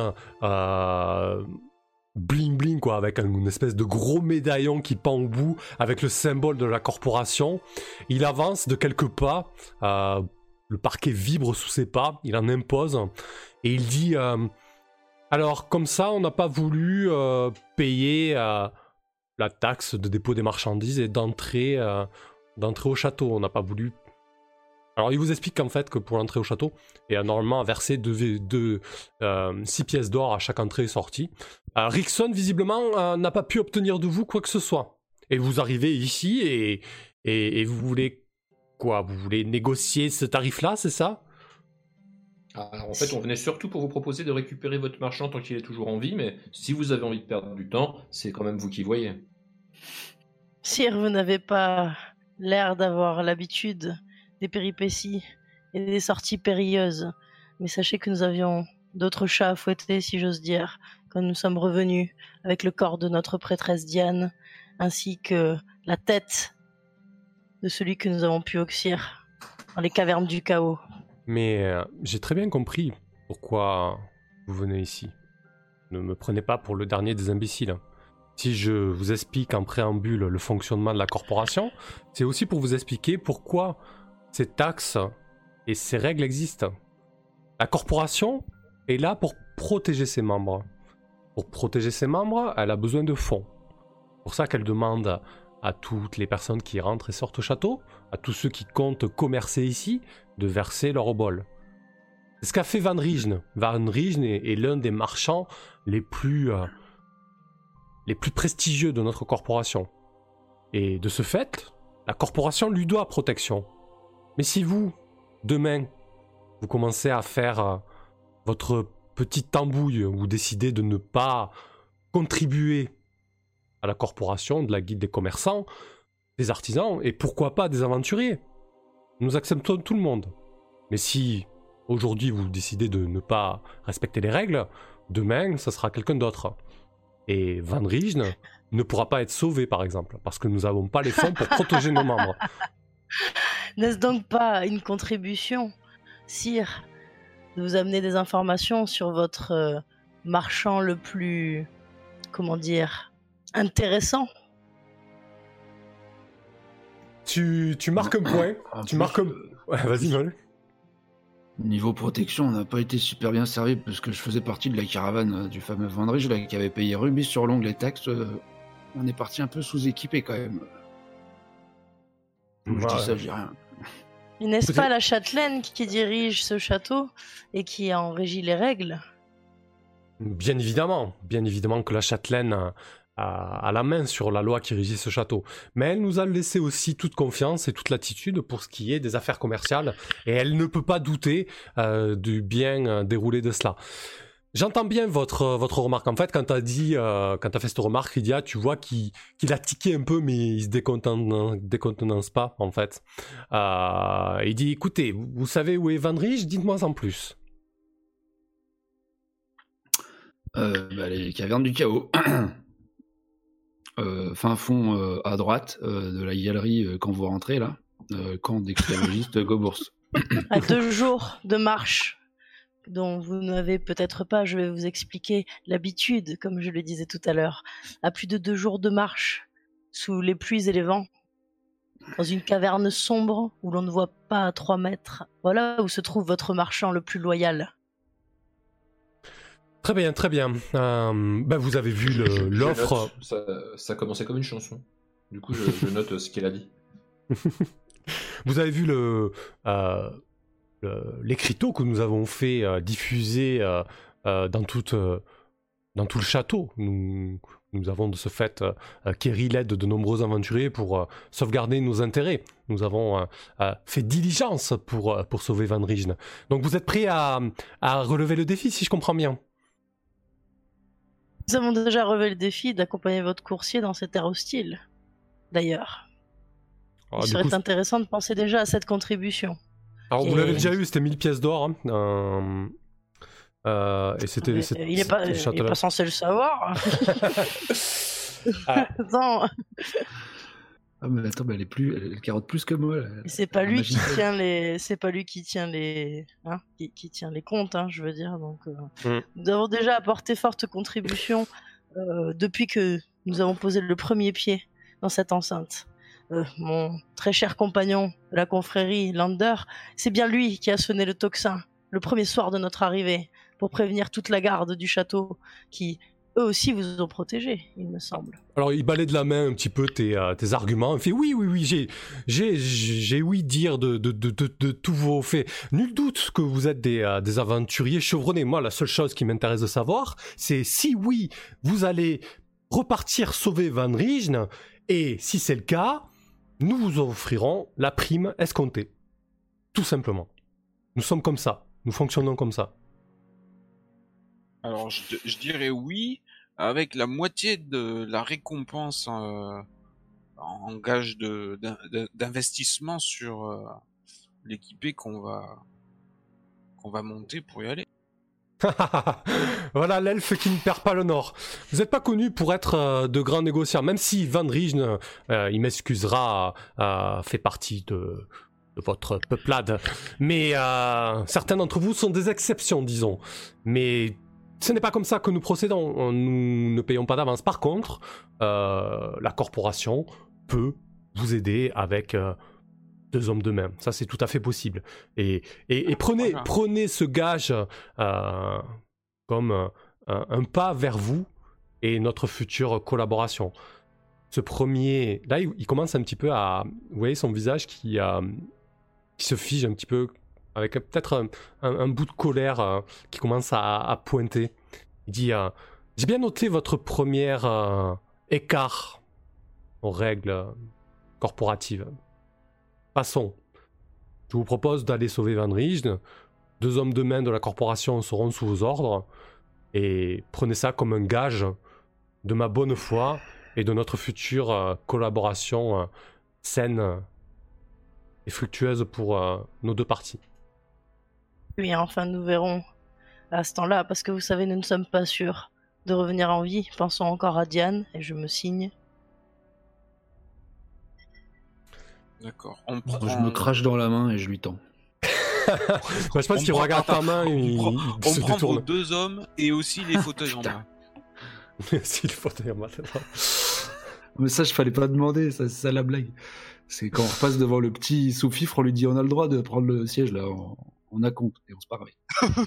bling bling quoi, avec une espèce de gros médaillon qui pend au bout avec le symbole de la corporation. Il avance de quelques pas, le parquet vibre sous ses pas, il en impose et il dit alors comme ça on n'a pas voulu payer la taxe de dépôt des marchandises et d'entrée au château, on n'a pas voulu. Alors il vous explique qu'en fait que pour l'entrée au château, il y a normalement à verser 6 pièces d'or à chaque entrée et sortie. Rickson visiblement n'a pas pu obtenir de vous quoi que ce soit. Et vous arrivez ici et vous voulez quoi ? Vous voulez négocier ce tarif-là, c'est ça ? Alors en fait on venait surtout pour vous proposer de récupérer votre marchand tant qu'il est toujours en vie, mais si vous avez envie de perdre du temps, c'est quand même vous qui voyez. Sire, vous n'avez pas l'air d'avoir l'habitude des péripéties et des sorties périlleuses. Mais sachez que nous avions d'autres chats à fouetter, si j'ose dire, quand nous sommes revenus avec le corps de notre prêtresse Diane, ainsi que la tête de celui que nous avons pu oxyre dans les cavernes du chaos. Mais j'ai très bien compris pourquoi vous venez ici. Ne me prenez pas pour le dernier des imbéciles. Si je vous explique en préambule le fonctionnement de la corporation, c'est aussi pour vous expliquer pourquoi ces taxes et ces règles existent. La corporation est là pour protéger ses membres. Pour protéger ses membres, elle a besoin de fonds. C'est pour ça qu'elle demande à toutes les personnes qui rentrent et sortent au château, à tous ceux qui comptent commercer ici, de verser leur obol. C'est ce qu'a fait Van Richten. Van Richten est l'un des marchands les plus prestigieux de notre corporation. Et de ce fait, la corporation lui doit protection. Mais si vous, demain, vous commencez à faire votre petite tambouille, vous décidez de ne pas contribuer à la corporation de la guilde des commerçants, des artisans, et pourquoi pas des aventuriers, nous acceptons tout le monde. Mais si aujourd'hui vous décidez de ne pas respecter les règles, demain, ça sera quelqu'un d'autre. Et Van Richten ne pourra pas être sauvé, par exemple, parce que nous n'avons pas les fonds pour protéger nos membres. N'est-ce donc pas une contribution, sire, de vous amener des informations sur votre marchand le plus, intéressant ? Tu marques un point. Ouais, vas-y, Mol. Niveau protection, on n'a pas été super bien servi parce que je faisais partie de la caravane du fameux Van Richten qui avait payé rubis sur l'ongle les taxes. On est parti un peu sous-équipé quand même. Donc, je dis ça, je dis rien. Et n'est-ce pas la châtelaine qui dirige ce château et qui en régit les règles ? Bien évidemment que la châtelaine a la main sur la loi qui régit ce château. Mais elle nous a laissé aussi toute confiance et toute latitude pour ce qui est des affaires commerciales. Et elle ne peut pas douter du bien déroulé de cela. J'entends bien votre remarque. En fait, quand t'as fait cette remarque, Rydia, tu vois qu'il a tiqué un peu, mais il se décontenance pas, en fait. Il dit, écoutez, vous savez où est Van Rij? Dites-moi en plus. Les cavernes du chaos. Fin fond à droite de la galerie quand vous rentrez, là. Camp d'esclavagistes Gobours. À 2 jours de marche, dont vous n'avez peut-être pas, je vais vous expliquer, l'habitude, comme je le disais tout à l'heure. À plus de 2 jours de marche, sous les pluies et les vents, dans une caverne sombre où l'on ne voit pas à 3 mètres. Voilà où se trouve votre marchand le plus loyal. Très bien, très bien. Vous avez vu l'offre. Ça commençait comme une chanson. Du coup, je note ce qu'elle a dit. Vous avez vu l'écriteau que nous avons fait diffuser dans tout le château. Nous avons de ce fait Kerry l'aide de nombreux aventuriers pour sauvegarder nos intérêts. Nous avons fait diligence pour sauver Van Rij. Donc vous êtes prêts à relever le défi, si je comprends bien? Nous avons déjà relevé le défi d'accompagner votre coursier dans cette ère hostile, d'ailleurs. Il serait intéressant de penser déjà à cette contribution. Alors vous l'avez déjà eu, c'était 1000 pièces d'or. Et c'était. Il est pas censé le savoir. Attends. Ah mais attends, elle carotte plus que moi. C'est pas lui qui tient les, qui tient les comptes, hein, je veux dire. Donc, nous avons déjà apporté forte contribution depuis que nous avons posé le premier pied dans cette enceinte. Mon très cher compagnon de la confrérie, Lander, c'est bien lui qui a sonné le tocsin le premier soir de notre arrivée pour prévenir toute la garde du château qui, eux aussi, vous ont protégé, il me semble. Alors, il balaie de la main un petit peu tes arguments. Il fait oui, j'ai ouï dire de tous vos faits. Nul doute que vous êtes des aventuriers chevronnés. Moi, la seule chose qui m'intéresse de savoir, c'est si oui, vous allez repartir sauver Van Rij, et si c'est le cas, nous vous offrirons la prime escomptée. Tout simplement. Nous sommes comme ça. Nous fonctionnons comme ça. Alors, je dirais oui, avec la moitié de la récompense en gage d'investissement sur l'équipé qu'on va monter pour y aller. Voilà l'elfe qui ne perd pas le nord. Vous n'êtes pas connu pour être de grands négociants, même si Van Rij, il m'excusera, fait partie de votre peuplade. Mais certains d'entre vous sont des exceptions, disons. Mais ce n'est pas comme ça que nous procédons. Nous ne payons pas d'avance. Par contre, la corporation peut vous aider avec 2 hommes de main. Ça, c'est tout à fait possible. Et prenez ce gage comme un pas vers vous et notre future collaboration. Ce premier... Là, il commence un petit peu à... Vous voyez son visage qui se fige un petit peu, avec peut-être un bout de colère qui commence à pointer. Il dit j'ai bien noté votre premier écart aux règles corporatives. Passons. Je vous propose d'aller sauver Van Rij. 2 hommes de main de la corporation seront sous vos ordres. Et prenez ça comme un gage de ma bonne foi et de notre future collaboration saine et fructueuse pour nos 2 parties. Oui, enfin, nous verrons à ce temps-là, parce que vous savez, nous ne sommes pas sûrs de revenir en vie. Pensons encore à Diane, et je me signe. D'accord. Je me crache dans la main et je lui tends. Je pense qu'il regarde ta main et on prend vos 2 hommes et aussi les fauteuils en main. Si, les fauteuils en main. Mais ça, je fallait pas demander, c'est ça la blague. C'est quand on repasse devant le petit sous-fifre, on lui dit on a le droit de prendre le siège là, on a compte et on se parle.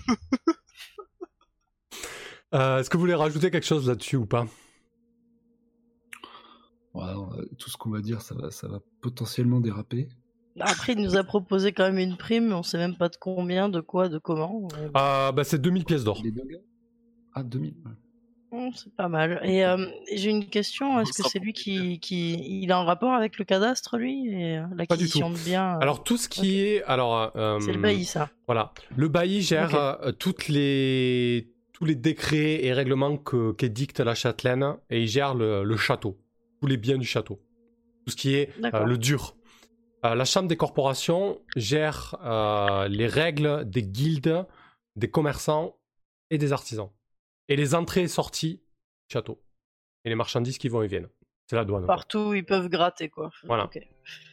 Est-ce que vous voulez rajouter quelque chose là-dessus ou pas? Ouais, tout ce qu'on va dire, ça va potentiellement déraper. Après, il nous a proposé quand même une prime, mais on sait même pas de combien, de quoi, de comment. C'est 2000 pièces d'or. Ah, 2000. Ouais. C'est pas mal. Et j'ai une question, est-ce que c'est lui qui... Il a un rapport avec le cadastre, lui, et l'acquisition de biens Alors, tout ce qui est... Alors, c'est le bailli, ça. Voilà. Le bailli gère toutes les tous les décrets et règlements qu'édicte la châtelaine, et il gère le château, tous les biens du château, tout ce qui est le dur. La chambre des corporations gère les règles des guildes, des commerçants et des artisans, et les entrées et sorties du château, et les marchandises qui vont et viennent. C'est la douane. Partout où ils peuvent gratter, quoi. Voilà. Okay.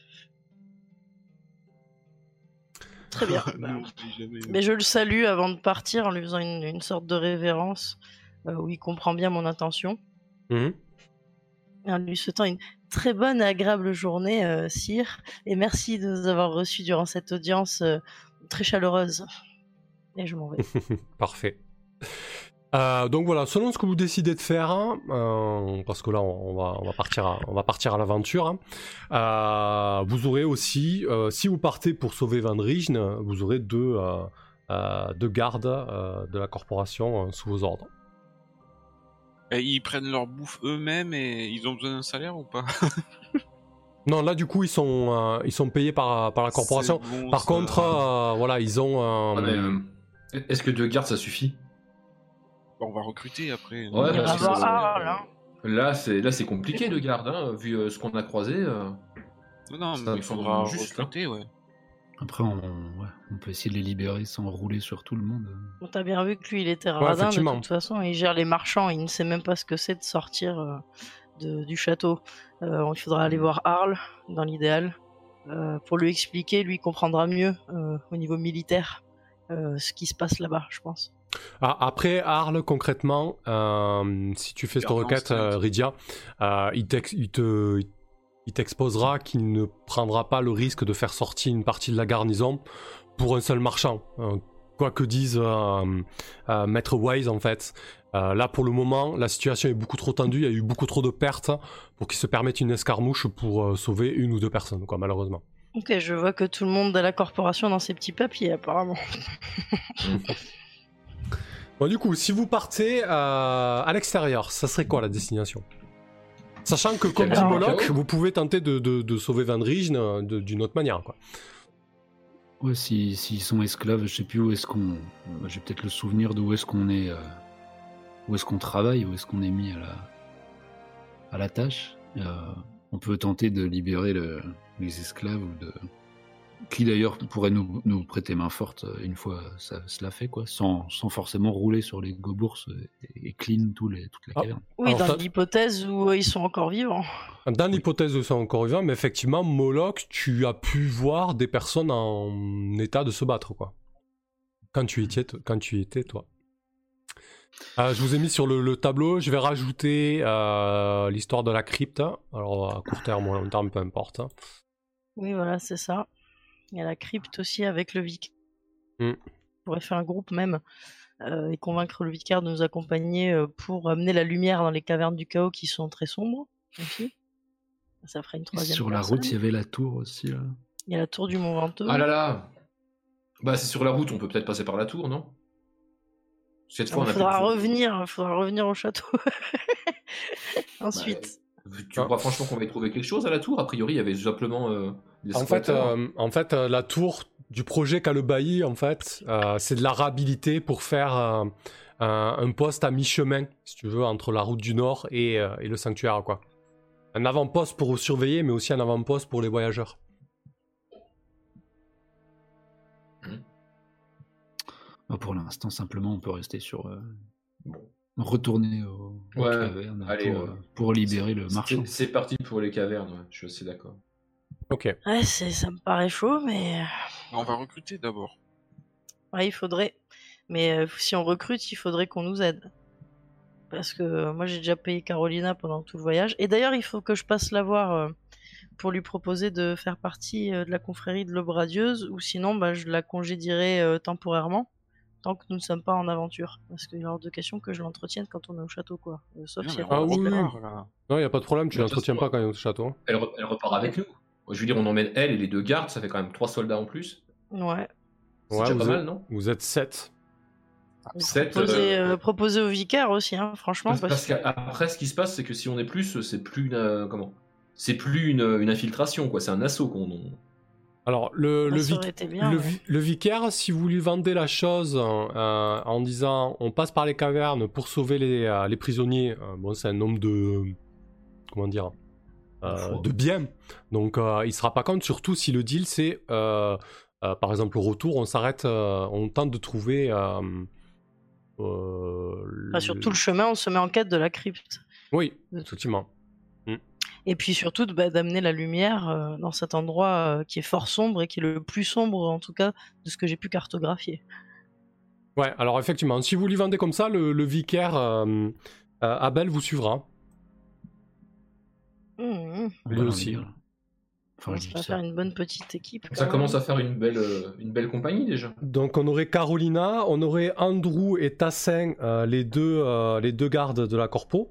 Très bien. Mais je le salue avant de partir en lui faisant une sorte de révérence où il comprend bien mon intention. Mmh. Et en lui souhaitant une très bonne et agréable journée, sire. Et merci de nous avoir reçus durant cette audience très chaleureuse. Et je m'en vais. Parfait. Donc voilà, selon ce que vous décidez de faire, parce que là on va partir à l'aventure, vous aurez aussi, si vous partez pour sauver Van Rijne, vous aurez deux gardes de la corporation sous vos ordres. Et ils prennent leur bouffe eux-mêmes et ils ont besoin d'un salaire ou pas? Non, là du coup ils sont payés par la corporation. Bon, par contre, voilà, ils ont... Est-ce que 2 gardes ça suffit? On va recruter après. Ouais, Il va parce que avoir Arles, hein. Là c'est compliqué de garde, hein, vu ce qu'on a croisé. Non, mais il faudra recruter, ouais. Après, on peut essayer de les libérer sans rouler sur tout le monde. On t'a bien vu que lui, il était radin, de toute façon. Il gère les marchands, il ne sait même pas ce que c'est de sortir du château. Il faudra aller voir Arles, dans l'idéal, pour lui expliquer. Lui, il comprendra mieux, au niveau militaire, ce qui se passe là-bas, je pense. Après, Arles, concrètement, si tu fais cette requête, Rydia, il t'exposera qu'il ne prendra pas le risque de faire sortir une partie de la garnison pour un seul marchand. Quoi que dise Maître Wise, en fait. Là, pour le moment, la situation est beaucoup trop tendue, il y a eu beaucoup trop de pertes pour qu'il se permette une escarmouche pour sauver 1 ou 2 personnes, quoi, malheureusement. Ok, je vois que tout le monde de la corporation dans ses petits papiers, apparemment. Bon, du coup, si vous partez à l'extérieur, ça serait quoi la destination? Sachant que, comme dit Moloch, vous pouvez tenter de sauver Van Rijne d'une autre manière, quoi. Ouais, s'ils sont esclaves, je sais plus où est-ce qu'on... J'ai peut-être le souvenir de où est-ce qu'on est... où est-ce qu'on travaille, où est-ce qu'on est mis à la tâche. On peut tenter de libérer les esclaves ou de... Qui d'ailleurs pourrait nous prêter main forte une fois cela fait, quoi, sans forcément rouler sur les gobourses et clean toute la caverne. Oui, alors, dans l'hypothèse où ils sont encore vivants. Dans l'hypothèse où ils sont encore vivants, mais effectivement, Moloch, tu as pu voir des personnes en état de se battre, quoi. Quand tu y étais, toi. Je vous ai mis sur le tableau, je vais rajouter l'histoire de la crypte. Alors, à court terme ou à long terme, peu importe. Oui, voilà, c'est ça. Il y a la crypte aussi avec le vicaire. On pourrait faire un groupe même et convaincre le vicaire de nous accompagner pour amener la lumière dans les cavernes du chaos qui sont très sombres aussi. Ça ferait une troisième Sur la route, il y avait la tour aussi, là. Il y a la tour du Mont Venteux. Ah là là. Bah c'est sur la route, on peut peut-être passer par la tour, non? Cette fois, il faudra revenir au château. Ensuite. Tu crois franchement qu'on va y trouver quelque chose à la tour? A priori, il y avait simplement des en fait, la tour du projet qu'a le bailli, en fait, c'est de la réhabilité pour faire un poste à mi-chemin, si tu veux, entre la route du Nord et le sanctuaire, quoi. Un avant-poste pour surveiller, mais aussi un avant-poste pour les voyageurs. Pour l'instant, simplement, on peut rester sur... retourner aux cavernes pour libérer le marchand. C'est parti pour les cavernes, ouais. Je suis assez d'accord. Ok. Ouais, ça me paraît chaud, mais... On va recruter d'abord. Ouais, il faudrait. Mais si on recrute, il faudrait qu'on nous aide. Parce que moi, j'ai déjà payé Carolina pendant tout le voyage. Et d'ailleurs, il faut que je passe la voir pour lui proposer de faire partie de la confrérie de l'Aube radieuse, ou sinon, je la congédierai temporairement. Tant que nous ne sommes pas en aventure. Parce qu'il est hors de question que je l'entretienne quand on est au château, quoi. Sauf si elle oui. Non, il n'y a pas de problème, tu l'entretiens pas quand elle est au château. Elle repart avec nous. Je veux dire, on emmène elle et les 2 gardes, ça fait quand même 3 soldats en plus. Ouais. C'est déjà pas mal, non? Vous êtes 7. 7 proposer au vicaire aussi, hein, franchement. Parce qu'après, ce qui se passe, c'est que si on est plus, c'est plus une... C'est plus une infiltration, quoi. C'est un assaut qu'on... Alors, le vicaire, si vous lui vendez la chose en disant on passe par les cavernes pour sauver les prisonniers, bon, c'est un homme de. Comment dire de bien. Donc, il sera pas contre, surtout si le deal c'est par exemple, au retour, on s'arrête, on tente de trouver. Surtout le chemin, on se met en quête de la crypte. Oui, effectivement. Et puis surtout d'amener la lumière dans cet endroit qui est fort sombre et qui est le plus sombre en tout cas de ce que j'ai pu cartographier. Ouais, alors effectivement, si vous lui vendez comme ça, le vicaire Abel vous suivra. Lui aussi. Ça va faire une bonne petite équipe. Ça commence à faire une belle compagnie déjà. Donc on aurait Carolina, on aurait Andrew et Tassin, les deux gardes de la corpo.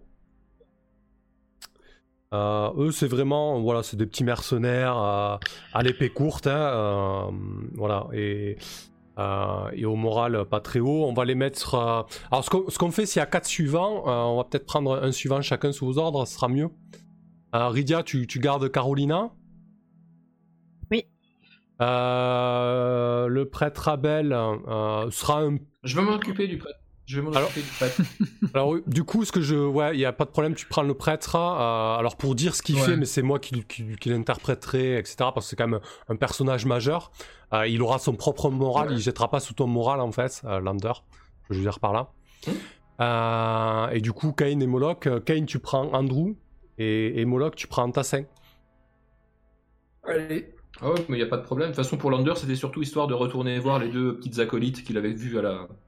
Eux c'est vraiment, voilà, c'est des petits mercenaires à l'épée courte, hein, voilà, et au moral pas très haut. On va les mettre. Alors ce qu'on fait, s'il y a 4 suivants, on va peut-être prendre un suivant chacun sous vos ordres, ce sera mieux. Rydia, tu gardes Carolina. Oui. Le prêtre Abel sera un. Je vais m'occuper du prêtre. Alors, du coup, il n'y a pas de problème, tu prends le prêtre. Alors, pour dire ce qu'il fait, mais c'est moi qui l'interpréterai, etc. Parce que c'est quand même un personnage majeur. Il aura son propre moral, il ne jettera pas sous ton moral, en fait, Lander. Je veux dire par là. Et du coup, Cain et Moloch. Cain, tu prends Andrew. Et Moloch, tu prends Tassin. Allez. Ah ouais, mais il n'y a pas de problème. De toute façon, pour Lander, c'était surtout histoire de retourner voir les 2 petites acolytes qu'il avait vues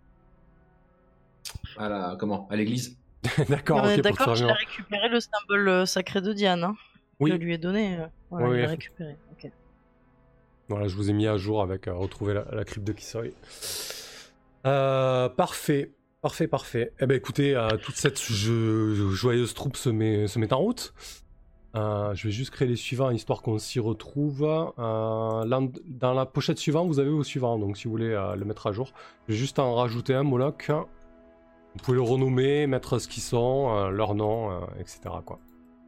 à l'église. D'accord, ok. D'accord, j'ai récupéré le symbole sacré de Diane. Hein, oui. Je lui ai donné. Voilà, je l'ai récupéré. Okay. Voilà, je vous ai mis à jour avec retrouver la crypte de Kisori. Parfait. Eh ben écoutez, toute cette joyeuse troupe se met en route. Je vais juste créer les suivants histoire qu'on s'y retrouve. Dans la pochette suivante, vous avez au suivant, donc si vous voulez le mettre à jour. Je vais juste en rajouter un, Moloch. Vous pouvez le renommer, mettre ce qu'ils sont, leur nom, etc. quoi.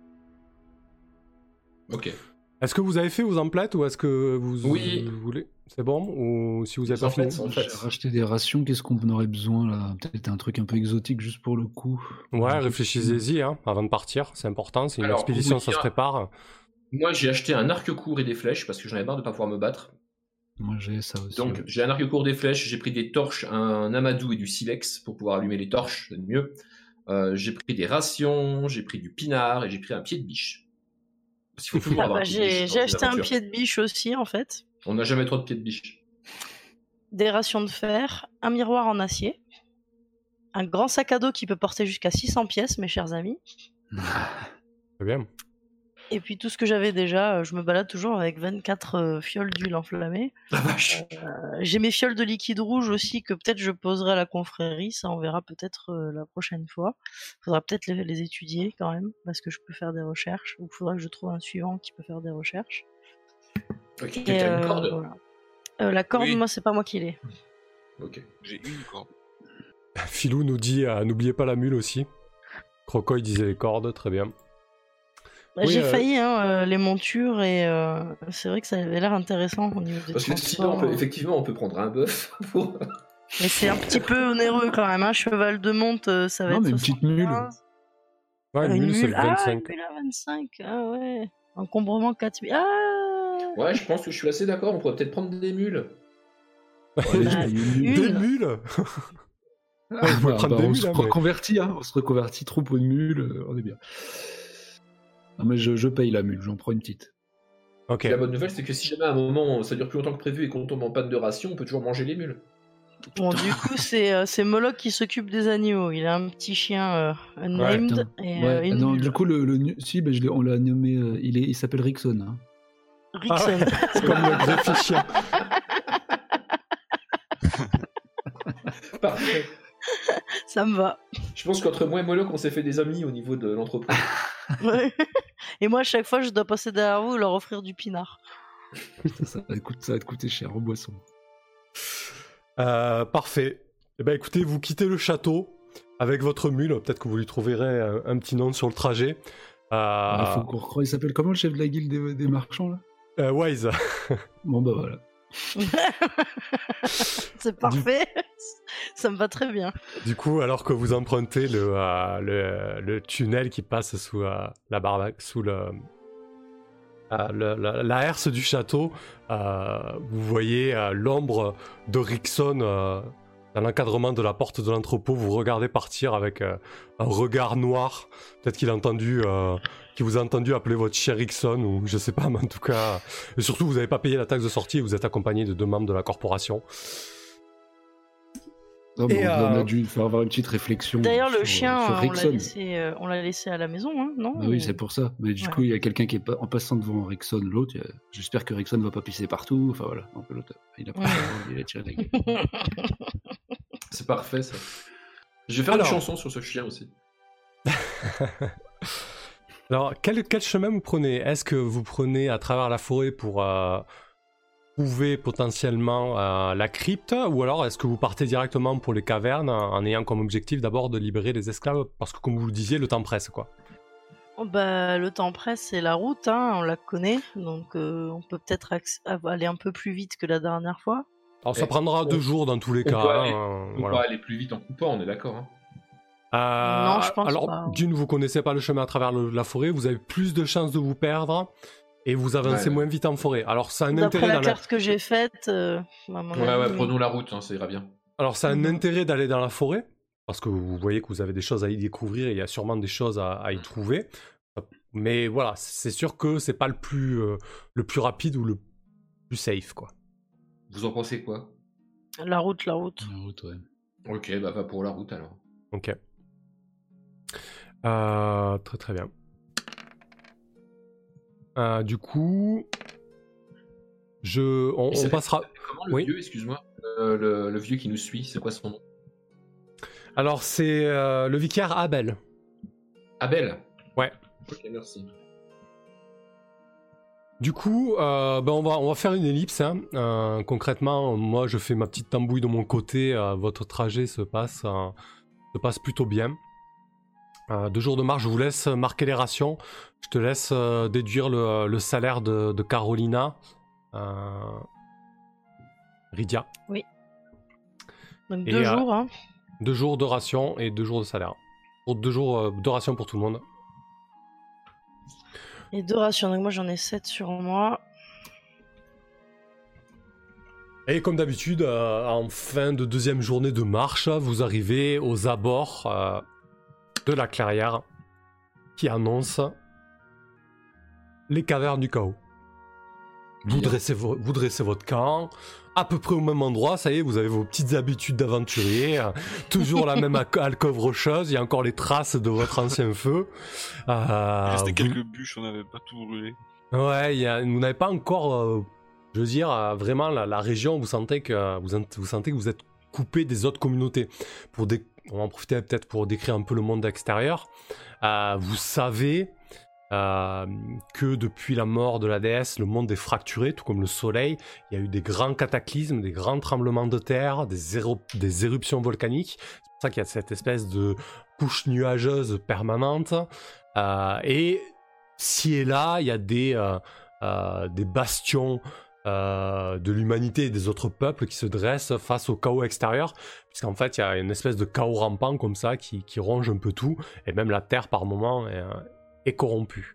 Ok. Est-ce que vous avez fait vos emplettes ou est-ce que vous voulez? C'est bon? Ou si vous avez pas fini? J'ai racheté des rations, qu'est-ce qu'on aurait besoin là? Peut-être un truc un peu exotique juste pour le coup. Ouais, réfléchissez-y avant de partir, c'est important, c'est une expédition, ça se prépare. Moi j'ai acheté un arc court et des flèches parce que j'en avais marre de pas pouvoir me battre. Moi j'ai ça aussi. Donc j'ai un arc court, des flèches, j'ai pris des torches, un amadou et du silex pour pouvoir allumer les torches, c'est mieux. J'ai pris des rations, j'ai pris du pinard et j'ai pris un pied de biche. Il faut toujours avoir j'ai acheté un pied de biche aussi en fait. On n'a jamais trop de pieds de biche. Des rations de fer, un miroir en acier, un grand sac à dos qui peut porter jusqu'à 600 pièces, mes chers amis. C'est bien. Et puis tout ce que j'avais déjà, je me balade toujours avec 24 fioles d'huile enflammée. La vache. J'ai mes fioles de liquide rouge aussi que peut-être je poserai à la confrérie, ça on verra peut-être la prochaine fois. Faudra peut-être les étudier quand même, parce que je peux faire des recherches, ou faudra que je trouve un suivant qui peut faire des recherches. Ok, t'as une corde la corde, moi c'est pas moi qui l'ai. Ok, j'ai une corde. Philou nous dit, n'oubliez pas la mule aussi. Crocoy disait les cordes, très bien. J'ai failli les montures et c'est vrai que ça avait l'air intéressant au niveau des parce que sinon on peut prendre un bœuf pour... Mais c'est un petit peu onéreux quand même, un cheval de monte ça va être 75. Une petite mule. Ouais, une mule c'est le 25. Ah, une mule à 25, ah ouais. Encombrement 4000. Ah ouais, je pense que je suis assez d'accord, on pourrait peut-être prendre des mules. Des mules. On se reconvertit, on se reconvertit, troupeau de mules, on est bien. Non mais je paye la mule, j'en prends une petite. Ok. La bonne nouvelle c'est que si jamais à un moment ça dure plus longtemps que prévu et qu'on tombe en panne de ration, on peut toujours manger les mules. Bon du coup c'est Moloch qui s'occupe des animaux, il a un petit chien unnamed et non, du coup si, on l'a nommé, il s'appelle Rickson. Hein. Rickson. C'est comme le greffier chien. Parfait. Ça me va. Je pense qu'entre moi et Moloch, on s'est fait des amis au niveau de l'entreprise. Ouais. Et moi, à chaque fois, je dois passer derrière vous et leur offrir du pinard. Ça va te coûter cher en boisson. Parfait. Eh ben, écoutez, vous quittez le château avec votre mule. Peut-être que vous lui trouverez un petit nom sur le trajet. Il faut qu'on recroie. Il s'appelle comment le chef de la guilde des marchands là? Wise. Bon bah voilà. C'est parfait. Ça me va très bien. Du coup, alors que vous empruntez le tunnel qui passe sous la barbe, sous la herse du château, vous voyez l'ombre de Rickson dans l'encadrement de la porte de l'entrepôt. Vous regardez partir avec un regard noir. Peut-être qu'il vous a entendu appeler votre cher Rickson, ou je sais pas, mais en tout cas... Et surtout, vous n'avez pas payé la taxe de sortie et vous êtes accompagné de 2 membres de la corporation. Non, on a dû faire avoir une petite réflexion. D'ailleurs, le chien, on l'a laissé à la maison, hein, non? Bah oui, c'est pour ça. Mais du coup, il y a quelqu'un qui est en passant devant Rickson, l'autre. J'espère que Rickson ne va pas pisser partout. Enfin voilà. Donc l'autre, il a pas il a tiré la gueule. C'est parfait, ça. Je vais faire une chanson sur ce chien aussi. Alors, quel chemin vous prenez? Est-ce que vous prenez à travers la forêt pour trouver potentiellement la crypte, ou alors est-ce que vous partez directement pour les cavernes en ayant comme objectif d'abord de libérer les esclaves, parce que comme vous le disiez, le temps presse, quoi. Le temps presse, c'est la route, hein, on la connaît, donc on peut peut-être aller un peu plus vite que la dernière fois. Alors ça prendra 2 jours dans tous les cas. On peut aller plus vite en coupant, on est d'accord, hein. Non, je pense alors, pas. d'une, vous connaissez pas le chemin à travers la forêt, vous avez plus de chances de vous perdre. Et vous avancez moins vite en forêt. Alors, ça a un intérêt. D'après la carte que j'ai faite, prenons la route, hein, ça ira bien. Alors, ça a un intérêt d'aller dans la forêt, parce que vous voyez que vous avez des choses à y découvrir et il y a sûrement des choses à y trouver. Mais voilà, c'est sûr que c'est pas le plus rapide ou le plus safe, quoi. Vous en pensez quoi? La route. La route, ouais. Ok, bah va pour la route alors. Ok. Très très bien. Du coup, on passera. Comment le vieux, excuse-moi, le vieux qui nous suit, c'est quoi son nom? Alors c'est le vicaire Abel. Abel? Ouais. Ok, merci. Du coup, on va faire une ellipse. Hein. Concrètement, moi je fais ma petite tambouille de mon côté. Votre trajet se passe plutôt bien. 2 jours de marche, je vous laisse marquer les rations. Je te laisse déduire le salaire de Carolina. Rydia. Oui. Donc 2 jours. Hein. 2 jours de rations et 2 jours de salaire. Pour 2 jours de rations pour tout le monde. Et 2 rations, donc moi j'en ai 7 sur moi. Et comme d'habitude, en fin de 2e journée de marche, vous arrivez aux abords de la clairière qui annonce les cavernes du chaos. Vous dressez votre camp, à peu près au même endroit, ça y est, vous avez vos petites habitudes d'aventurier, toujours la même alcôve rocheuse, il y a encore les traces de votre ancien feu. Il restait quelques bûches, on n'avait pas tout brûlé. Ouais, vous n'avez pas encore, je veux dire, vraiment la région, vous sentez que vous êtes coupé des autres communautés. On va en profiter peut-être pour décrire un peu le monde extérieur. Vous savez que depuis la mort de la déesse, le monde est fracturé, tout comme le soleil. Il y a eu des grands cataclysmes, des grands tremblements de terre, des éruptions volcaniques. C'est pour ça qu'il y a cette espèce de couche nuageuse permanente. Et ci et là, il y a des bastions de l'humanité et des autres peuples qui se dressent face au chaos extérieur, puisqu'en fait il y a une espèce de chaos rampant comme ça qui ronge un peu tout, et même la terre par moments est corrompue.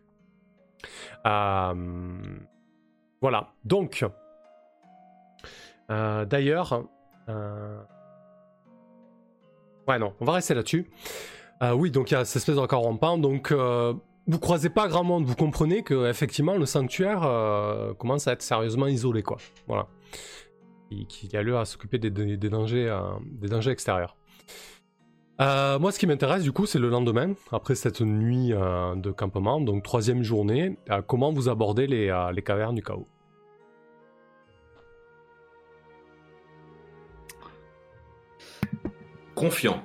Voilà, donc d'ailleurs ouais non, on va rester là-dessus. Oui, donc il y a cette espèce de chaos rampant, donc vous croisez pas grand monde, vous comprenez que effectivement le sanctuaire commence à être sérieusement isolé, quoi. Voilà. Qu'il y a lieu à s'occuper des dangers extérieurs. Moi, ce qui m'intéresse du coup, c'est le lendemain, après cette nuit de campement, donc 3e journée. Comment vous abordez les cavernes du chaos? Confiant.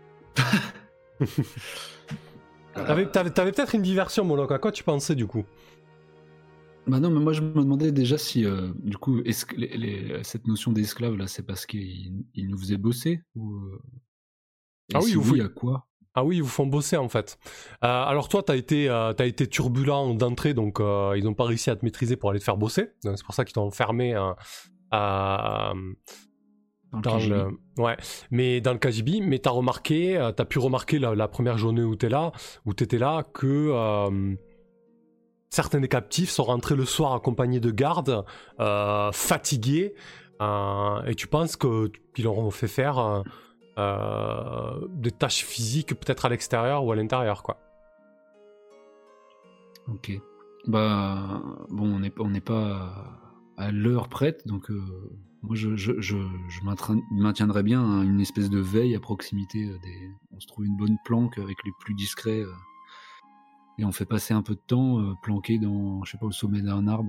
T'avais peut-être une diversion, Moloch. À quoi tu pensais du coup? Bah non, mais moi je me demandais déjà si, du coup, est-ce que cette notion d'esclave là, c'est parce qu'il nous faisait bosser ou ah oui, si oui, à quoi? Ah oui, ils vous font bosser en fait. Alors toi, t'as été turbulent d'entrée, donc ils n'ont pas réussi à te maîtriser pour aller te faire bosser. Donc, c'est pour ça qu'ils t'ont enfermé dans le... Ouais, mais dans le KGB. Mais t'as pu remarquer la première journée où t'étais là, que certains des captifs sont rentrés le soir accompagnés de gardes, fatigués, et tu penses qu'ils leur ont fait faire des tâches physiques peut-être à l'extérieur ou à l'intérieur, quoi. Ok. Bah bon, on n'est pas à l'heure prête, donc moi je maintiendrais bien une espèce de veille à proximité on se trouve une bonne planque avec les plus discrets et on fait passer un peu de temps planqué dans, je sais pas, au sommet d'un arbre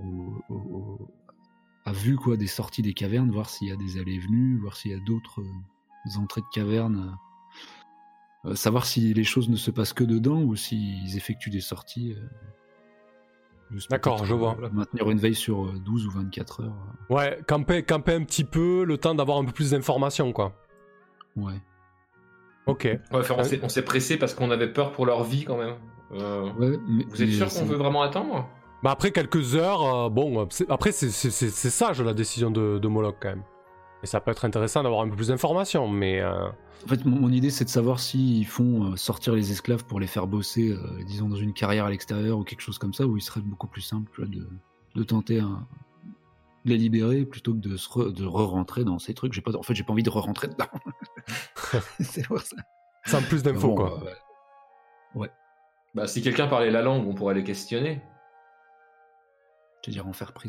à vue quoi, des sorties des cavernes, voir s'il y a des allées et venues, voir s'il y a d'autres entrées de cavernes, savoir si les choses ne se passent que dedans ou s'ils effectuent des sorties. D'accord, je vois. Maintenir une veille sur 12 ou 24 heures. Ouais, camper un petit peu, le temps d'avoir un peu plus d'informations, quoi. Ouais. Ok. Ouais, on s'est pressé parce qu'on avait peur pour leur vie quand même. Ouais, vous êtes sûr qu'on veut vraiment attendre ? Bah après quelques heures, après c'est sage la décision de Moloch quand même. Et ça peut être intéressant d'avoir un peu plus d'informations, mais... En fait, mon idée, c'est de savoir s'ils font sortir les esclaves pour les faire bosser, disons, dans une carrière à l'extérieur ou quelque chose comme ça, où il serait beaucoup plus simple tu vois, de tenter de les libérer plutôt que de re-rentrer dans ces trucs. J'ai pas envie de re-rentrer dedans. C'est pour ça. Sans plus d'infos, quoi. Ouais. Bah, si quelqu'un parlait la langue, on pourrait les questionner. Tu veux dire en faire prisonnier ?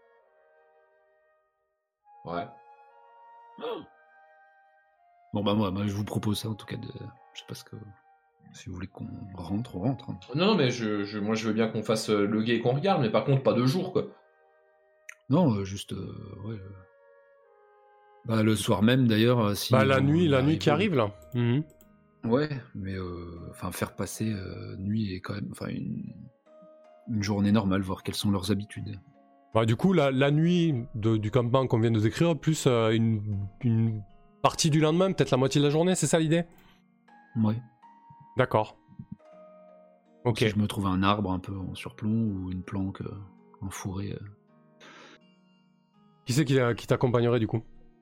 Ouais. Bon bah moi je vous propose ça en tout cas je sais pas si vous voulez qu'on rentre, on rentre. Hein. Non mais moi je veux bien qu'on fasse le guet et qu'on regarde, mais par contre pas de jour quoi. Non juste ouais. Bah le soir même d'ailleurs si. Bah la nuit qui arrive là. Mmh. Ouais mais faire passer nuit et quand même une journée normale, voir quelles sont leurs habitudes. Bah du coup la nuit du campement qu'on vient de décrire plus une partie du lendemain, peut-être la moitié de la journée, c'est ça l'idée ? Ouais. D'accord. Ok. Si je me trouve un arbre un peu en surplomb ou une planque enfourrée. Qui c'est qui t'accompagnerait du coup ?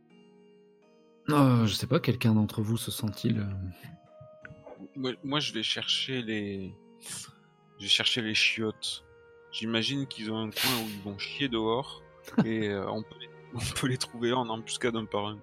Je sais pas, quelqu'un d'entre vous se sent-il Moi je vais chercher les chiottes. J'imagine qu'ils ont un coin où ils vont chier dehors et on peut les trouver en embuscade un par un.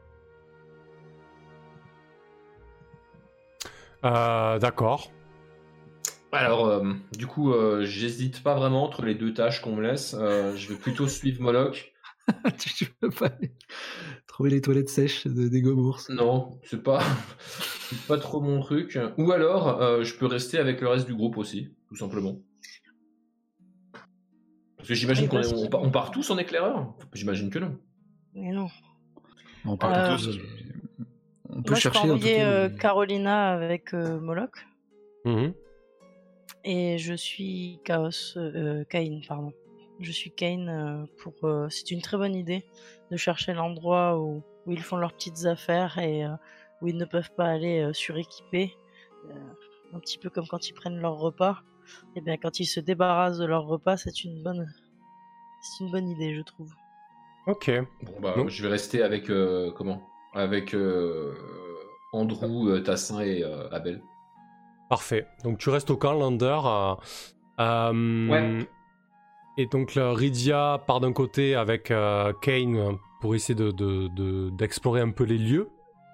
D'accord. Alors, du coup, j'hésite pas vraiment entre les deux tâches qu'on me laisse. Je vais plutôt suivre Moloch. Tu peux pas trouver les toilettes sèches des Gomours. Non, c'est pas trop mon truc. Ou alors, je peux rester avec le reste du groupe aussi, tout simplement. Parce que j'imagine qu'on part tous en éclaireur. J'imagine que non. Mais non. On part tous. On peut chercher. Je peux envoyer Carolina avec Moloch. Mmh. Et je suis Cain, pardon. Je suis Cain c'est une très bonne idée de chercher l'endroit où ils font leurs petites affaires et où ils ne peuvent pas aller suréquipés. Un petit peu comme quand ils prennent leur repas. Et bien quand ils se débarrassent de leur repas, c'est une bonne idée, je trouve. Ok. Bon bah je vais rester avec avec Andrew, Tassin et Abel. Parfait. Donc tu restes au camp, Lander. Ouais. Et donc Rydia part d'un côté avec Cain pour essayer d'explorer un peu les lieux.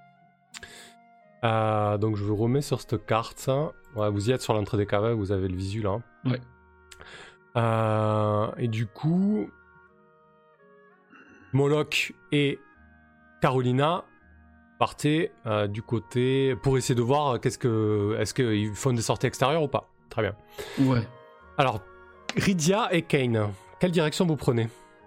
Donc je vous remets sur cette carte. Ouais, vous y êtes sur l'entrée des caves, vous avez le visu là. Ouais. Et du coup, Moloch et Carolina partaient du côté pour essayer de voir est-ce qu'ils font des sorties extérieures ou pas. Très bien. Ouais. Alors, Rydia et Cain, quelle direction vous prenez ?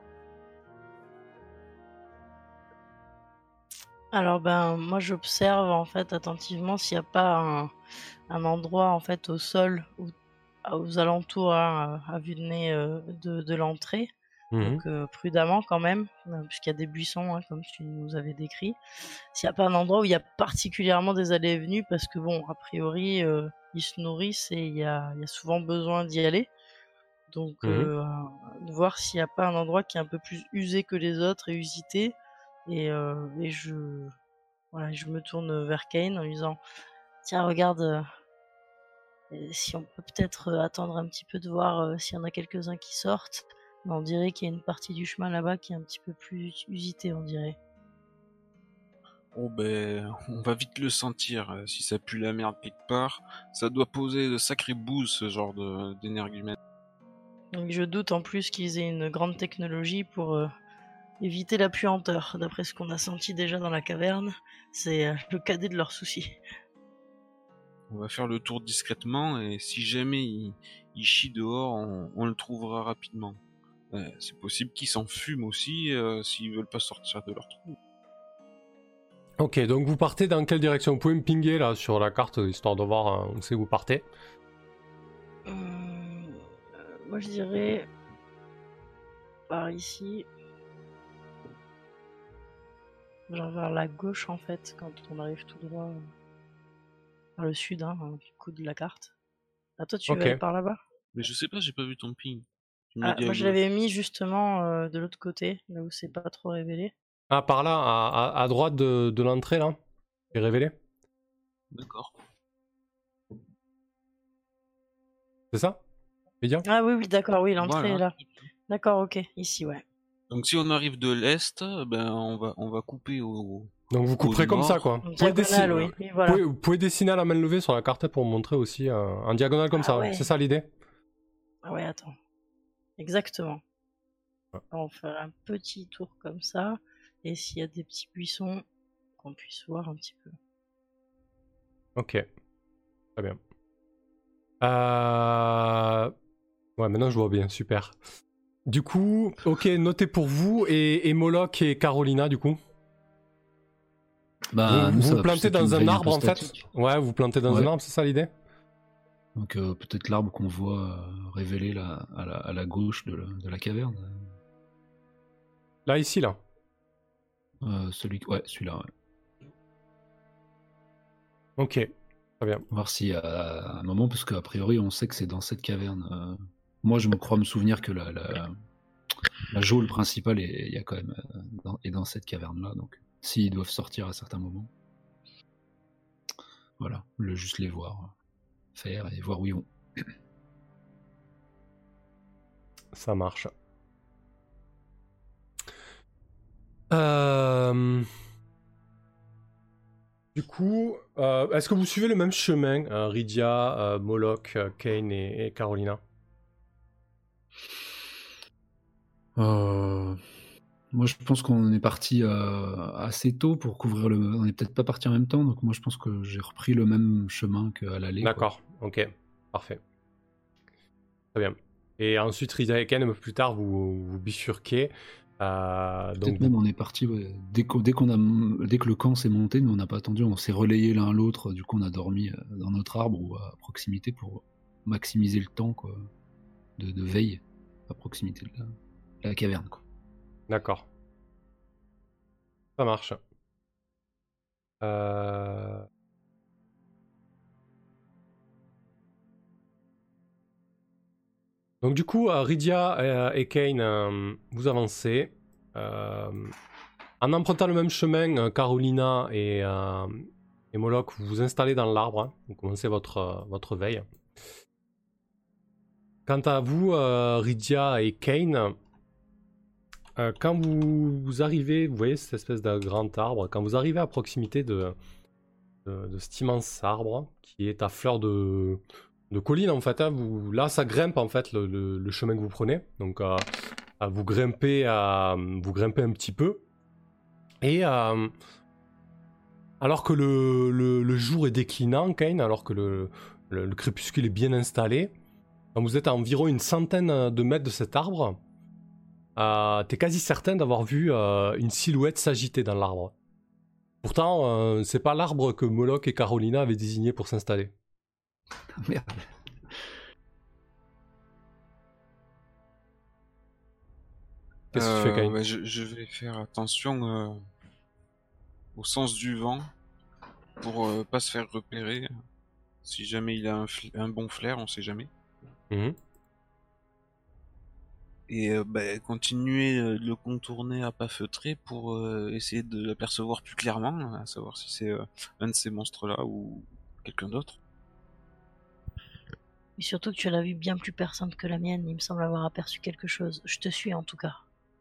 Alors moi j'observe en fait attentivement s'il n'y a pas un endroit en fait au sol ou aux alentours à vue de nez de l'entrée Donc prudemment quand même, puisqu'il y a des buissons, hein, comme tu nous avais décrit. S'il n'y a pas un endroit où il y a particulièrement des allées et venues, parce que bon, a priori, ils se nourrissent et il y a souvent besoin d'y aller. Donc voir s'il n'y a pas un endroit qui est un peu plus usé que les autres et usité. Et je me tourne vers Kane en lui disant tiens, regarde, si on peut peut-être attendre un petit peu de voir s'il y en a quelques-uns qui sortent. Mais on dirait qu'il y a une partie du chemin là-bas qui est un petit peu plus usitée, on dirait. Oh ben, on va vite le sentir. Si ça pue la merde quelque part, ça doit poser de sacrés bouses, ce genre d'énergumène. Donc je doute en plus qu'ils aient une grande technologie pour éviter la puanteur. D'après ce qu'on a senti déjà dans la caverne, c'est le cadet de leurs soucis. On va faire le tour discrètement et si jamais il chie dehors, on le trouvera rapidement. C'est possible qu'ils s'en fument aussi s'ils veulent pas sortir de leur trou. Ok, donc vous partez dans quelle direction? Vous pouvez me pinguer là sur la carte histoire de voir où c'est que vous partez. Moi je dirais par ici, genre vers la gauche en fait, quand on arrive tout droit vers le sud, du coup de la carte. Ah, toi tu vas aller par là-bas? Mais je sais pas, j'ai pas vu ton ping. Moi je l'avais mis justement de l'autre côté, là où c'est pas trop révélé. Ah, par là, à droite de l'entrée là, est révélé. D'accord. C'est ça? Média? Ah oui, d'accord, oui, l'entrée est là. D'accord, ok, ici, ouais. Donc si on arrive de l'est, ben on va couper au. Donc vous couperez comme ça, quoi. Vous pouvez dessiner à la main levée sur la carte pour montrer aussi en diagonale comme ça. Ouais. C'est ça l'idée? Ah ouais, attends. Exactement. Ouais. On va faire un petit tour comme ça. Et s'il y a des petits buissons, qu'on puisse voir un petit peu. Ok. Très bien. Ouais, maintenant je vois bien, super. Du coup, ok, notez pour vous et Moloch et Carolina, du coup. Bah, vous plantez dans un arbre en fait. Ouais, vous plantez dans un arbre, c'est ça l'idée? Donc peut-être l'arbre qu'on voit révélé là, à la gauche de la caverne. Là, ici, là. Celui-là, ouais. Ok, très bien. Voir si à un moment, parce qu'a priori on sait que c'est dans cette caverne. Moi je me crois me souvenir que la geôle principale il y a quand même est dans cette caverne là, donc s'ils doivent sortir à certains moments, voilà, juste les voir faire et voir où ils vont. Ça marche. Du coup, est-ce que vous suivez le même chemin, Rydia, Moloch, Kane et Carolina? Moi, je pense qu'on est parti assez tôt pour couvrir le. On n'est peut-être pas parti en même temps, donc moi, je pense que j'ai repris le même chemin qu'à l'aller. D'accord, ok, parfait. Très bien. Et ensuite, Rydia et Kane, un peu plus tard, vous bifurquez. Donc même on est parti dès que le camp s'est monté, nous on n'a pas attendu, on s'est relayé l'un l'autre, du coup on a dormi dans notre arbre ou à proximité pour maximiser le temps quoi, de veille à proximité de la caverne quoi. D'accord, ça marche. Donc du coup, Rydia et Kane, vous avancez. En empruntant le même chemin, Carolina et Moloch, vous vous installez dans l'arbre. Hein, vous commencez votre veille. Quant à vous, Rydia et Kane, quand vous arrivez, vous voyez cette espèce de grand arbre, quand vous arrivez à proximité de cet immense arbre, qui est à fleur de colline en fait, hein, là ça grimpe en fait le chemin que vous prenez, donc vous grimpez un petit peu, et alors que le jour est déclinant, Kane, alors que le crépuscule est bien installé, quand vous êtes à environ une centaine de mètres de cet arbre, t'es quasi certain d'avoir vu une silhouette s'agiter dans l'arbre. Pourtant, c'est pas l'arbre que Moloch et Carolina avaient désigné pour s'installer. Merde. Qu'est-ce que tu fais, Cain? Je vais faire attention au sens du vent pour pas se faire repérer. Si jamais il a un bon flair, on sait jamais. Et continuer de le contourner à pas feutrer pour essayer de l'apercevoir plus clairement, à savoir si c'est un de ces monstres-là ou quelqu'un d'autre. Et surtout que tu as la vue bien plus perçante que la mienne, il me semble avoir aperçu quelque chose. Je te suis en tout cas.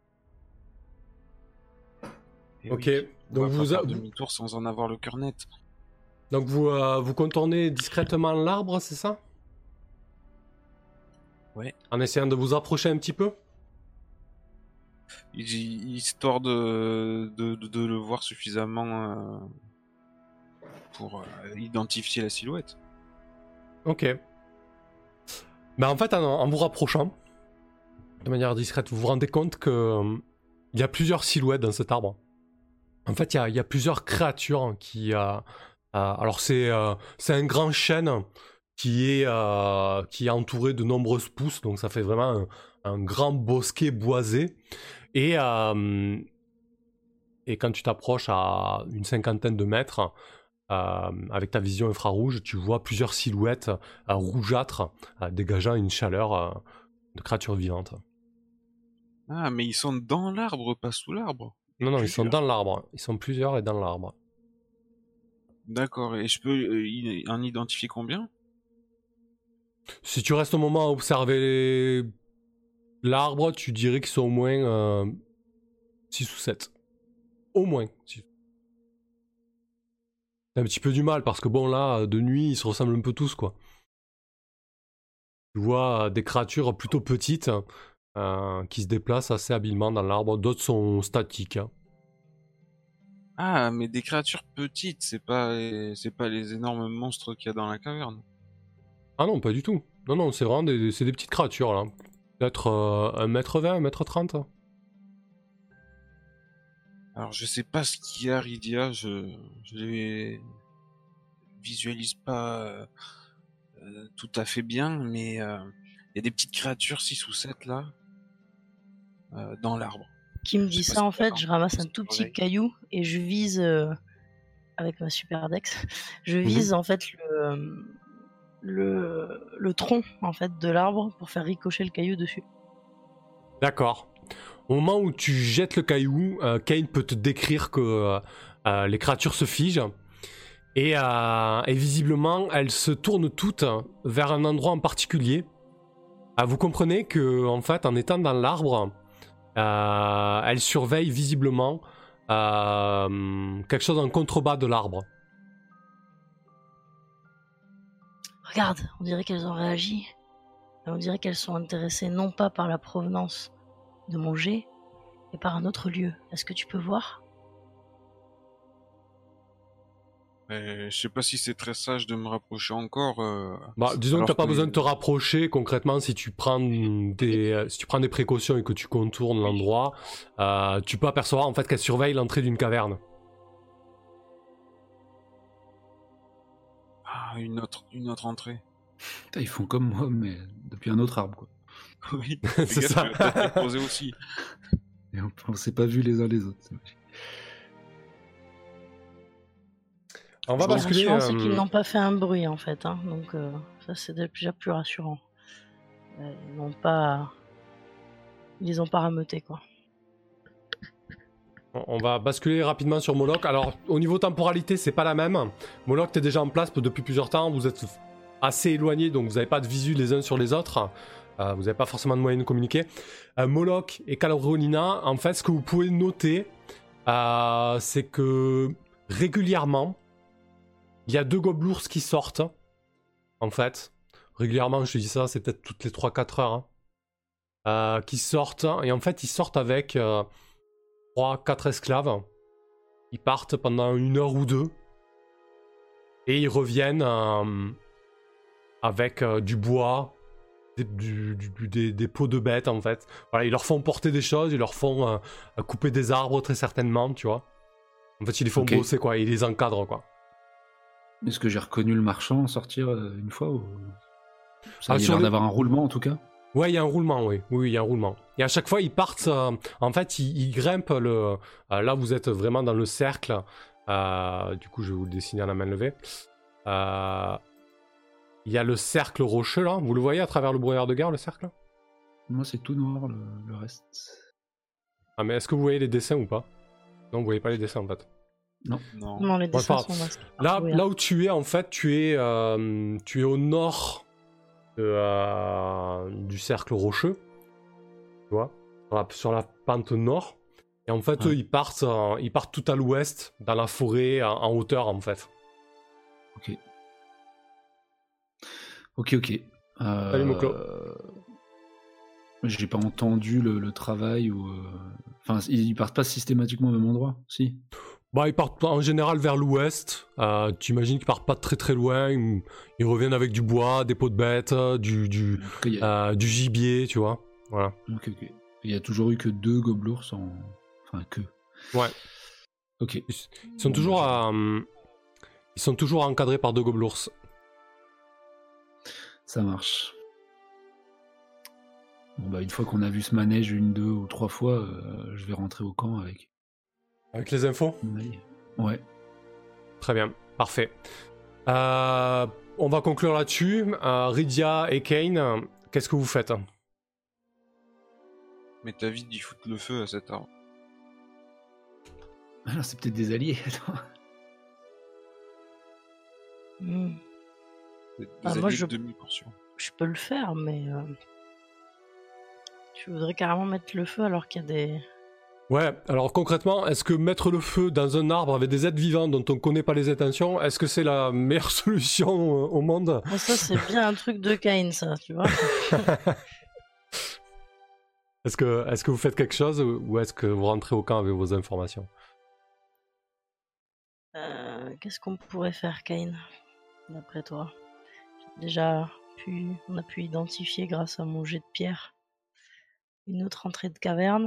Et Ok, oui, donc vous faire demi-tour sans en avoir le cœur net. Donc vous contournez discrètement l'arbre, c'est ça? Ouais. En essayant de vous approcher un petit peu? Histoire de le voir suffisamment pour identifier la silhouette. Ok. Ben en fait, en vous rapprochant, de manière discrète, vous vous rendez compte que il y a plusieurs silhouettes dans cet arbre. En fait, il y a plusieurs créatures qui... alors c'est un grand chêne qui est entouré de nombreuses pousses, donc ça fait vraiment un grand bosquet boisé. Et quand tu t'approches à une 50aine de mètres, avec ta vision infrarouge, tu vois plusieurs silhouettes rougeâtres dégageant une chaleur de créatures vivantes. Ah, mais ils sont dans l'arbre, pas sous l'arbre. Non, ils sont dans l'arbre. Ils sont plusieurs et dans l'arbre. D'accord, et je peux en identifier combien? Si tu restes un moment à observer l'arbre, tu dirais qu'ils sont au moins 6 ou 7. Au moins 6. T'as un petit peu du mal parce que bon là, de nuit, ils se ressemblent un peu tous quoi. Tu vois des créatures plutôt petites qui se déplacent assez habilement dans l'arbre. D'autres sont statiques. Ah, mais des créatures petites, c'est pas les énormes monstres qu'il y a dans la caverne. Ah non, pas du tout. Non, c'est vraiment des petites créatures là. Peut-être 1m20, 1m30. Alors je sais pas ce qu'il y a, Rydia, je les visualise pas tout à fait bien, mais il y a des petites créatures 6 ou 7 là, dans l'arbre. Qui me dit ça en fait, je ramasse un tout petit caillou et je vise avec ma super dex, je vise en fait le tronc en fait de l'arbre pour faire ricocher le caillou dessus. D'accord. Au moment où tu jettes le caillou, Cain peut te décrire que les créatures se figent et visiblement elles se tournent toutes vers un endroit en particulier. Vous comprenez que en fait, en étant dans l'arbre, elles surveillent visiblement quelque chose en contrebas de l'arbre. Regarde, on dirait qu'elles ont réagi. On dirait qu'elles sont intéressées non pas par la provenance de mon jet, mais par un autre lieu. Est-ce que tu peux voir? Je sais pas si c'est très sage de me rapprocher encore. Disons que t'as pas besoin de te rapprocher. Concrètement, si tu prends des précautions et que tu contournes l'endroit, tu peux apercevoir en fait qu'elles surveillent l'entrée d'une caverne. Ah, une autre entrée. Putain, ils font comme moi, mais depuis un autre arbre, quoi. Oui, c'est ça. Posé aussi. Et on s'est pas vus les uns les autres. On va basculer. C'est qu'ils n'ont pas fait un bruit en fait, hein. Donc ça c'est déjà plus rassurant. Ils les ont pas rameutés quoi. On va basculer rapidement sur Moloch. Alors au niveau temporalité, c'est pas la même. Moloch, t'es déjà en place depuis plusieurs temps. Vous êtes assez éloignés, donc vous n'avez pas de visu les uns sur les autres. Vous n'avez pas forcément de moyens de communiquer. Moloch et Calorina, en fait, ce que vous pouvez noter, c'est que régulièrement, il y a 2 gobelours qui sortent. En fait, régulièrement, je te dis ça, c'est peut-être toutes les 3-4 heures. Qui sortent, et en fait, ils sortent avec 3-4 esclaves. Ils partent pendant 1 heure ou 2. Et ils reviennent avec du bois, des peaux de bêtes en fait. Voilà, ils leur font porter des choses, ils leur font couper des arbres très certainement, tu vois. En fait, ils les font bosser quoi, ils les encadrent quoi. Est-ce que j'ai reconnu le marchand sortir une fois ou... Ça a l'air d'avoir un roulement en tout cas. Ouais, il y a un roulement, oui. Oui, il y a un roulement. Et à chaque fois, ils partent... en fait, ils grimpent le... là, vous êtes vraiment dans le cercle. Du coup, je vais vous le dessiner à la main levée. Il y a le cercle rocheux, là. Vous le voyez à travers le brouillard de guerre, le cercle? Moi, c'est tout noir, le reste. Ah, mais est-ce que vous voyez les dessins ou pas? Non, vous voyez pas les dessins, en fait. Non, les dessins sont masqués. Là où tu es, en fait, tu es au nord du cercle rocheux. Tu vois, sur la pente nord. Et en fait, eux, ils partent tout à l'ouest, dans la forêt, en hauteur, en fait. Ok. Salut, Moklo. J'ai pas entendu le travail ou... Enfin, ils partent pas systématiquement au même endroit, si? Bah, ils partent en général vers l'ouest. Tu imagines qu'ils partent pas très très loin. Ils reviennent avec du bois, des peaux de bêtes, du gibier, tu vois. Voilà. Ok. Il y a toujours eu que 2 gobelours en... Enfin, que... Ouais. Ok. Ils sont toujours encadrés par 2 gobelours. Ça marche. Bon bah une fois qu'on a vu ce manège 1, 2 ou 3 fois, je vais rentrer au camp avec... Avec les infos? Ouais. Très bien, parfait. On va conclure là-dessus. Rydia et Kane, qu'est-ce que vous faites? Mais t'as vite d'y foutre le feu à cet arbre. Alors c'est peut-être des alliés, attends. Des alliés de demi-portion. Je peux le faire, mais... Je voudrais carrément mettre le feu alors qu'il y a des... Ouais, alors concrètement, est-ce que mettre le feu dans un arbre avec des êtres vivants dont on ne connaît pas les intentions, est-ce que c'est la meilleure solution au monde? Ça, c'est bien un truc de Cain, ça, tu vois. Est-ce que vous faites quelque chose ou est-ce que vous rentrez au camp avec vos informations? Qu'est-ce qu'on pourrait faire, Cain, d'après toi? On a pu identifier grâce à mon jet de pierre une autre entrée de caverne.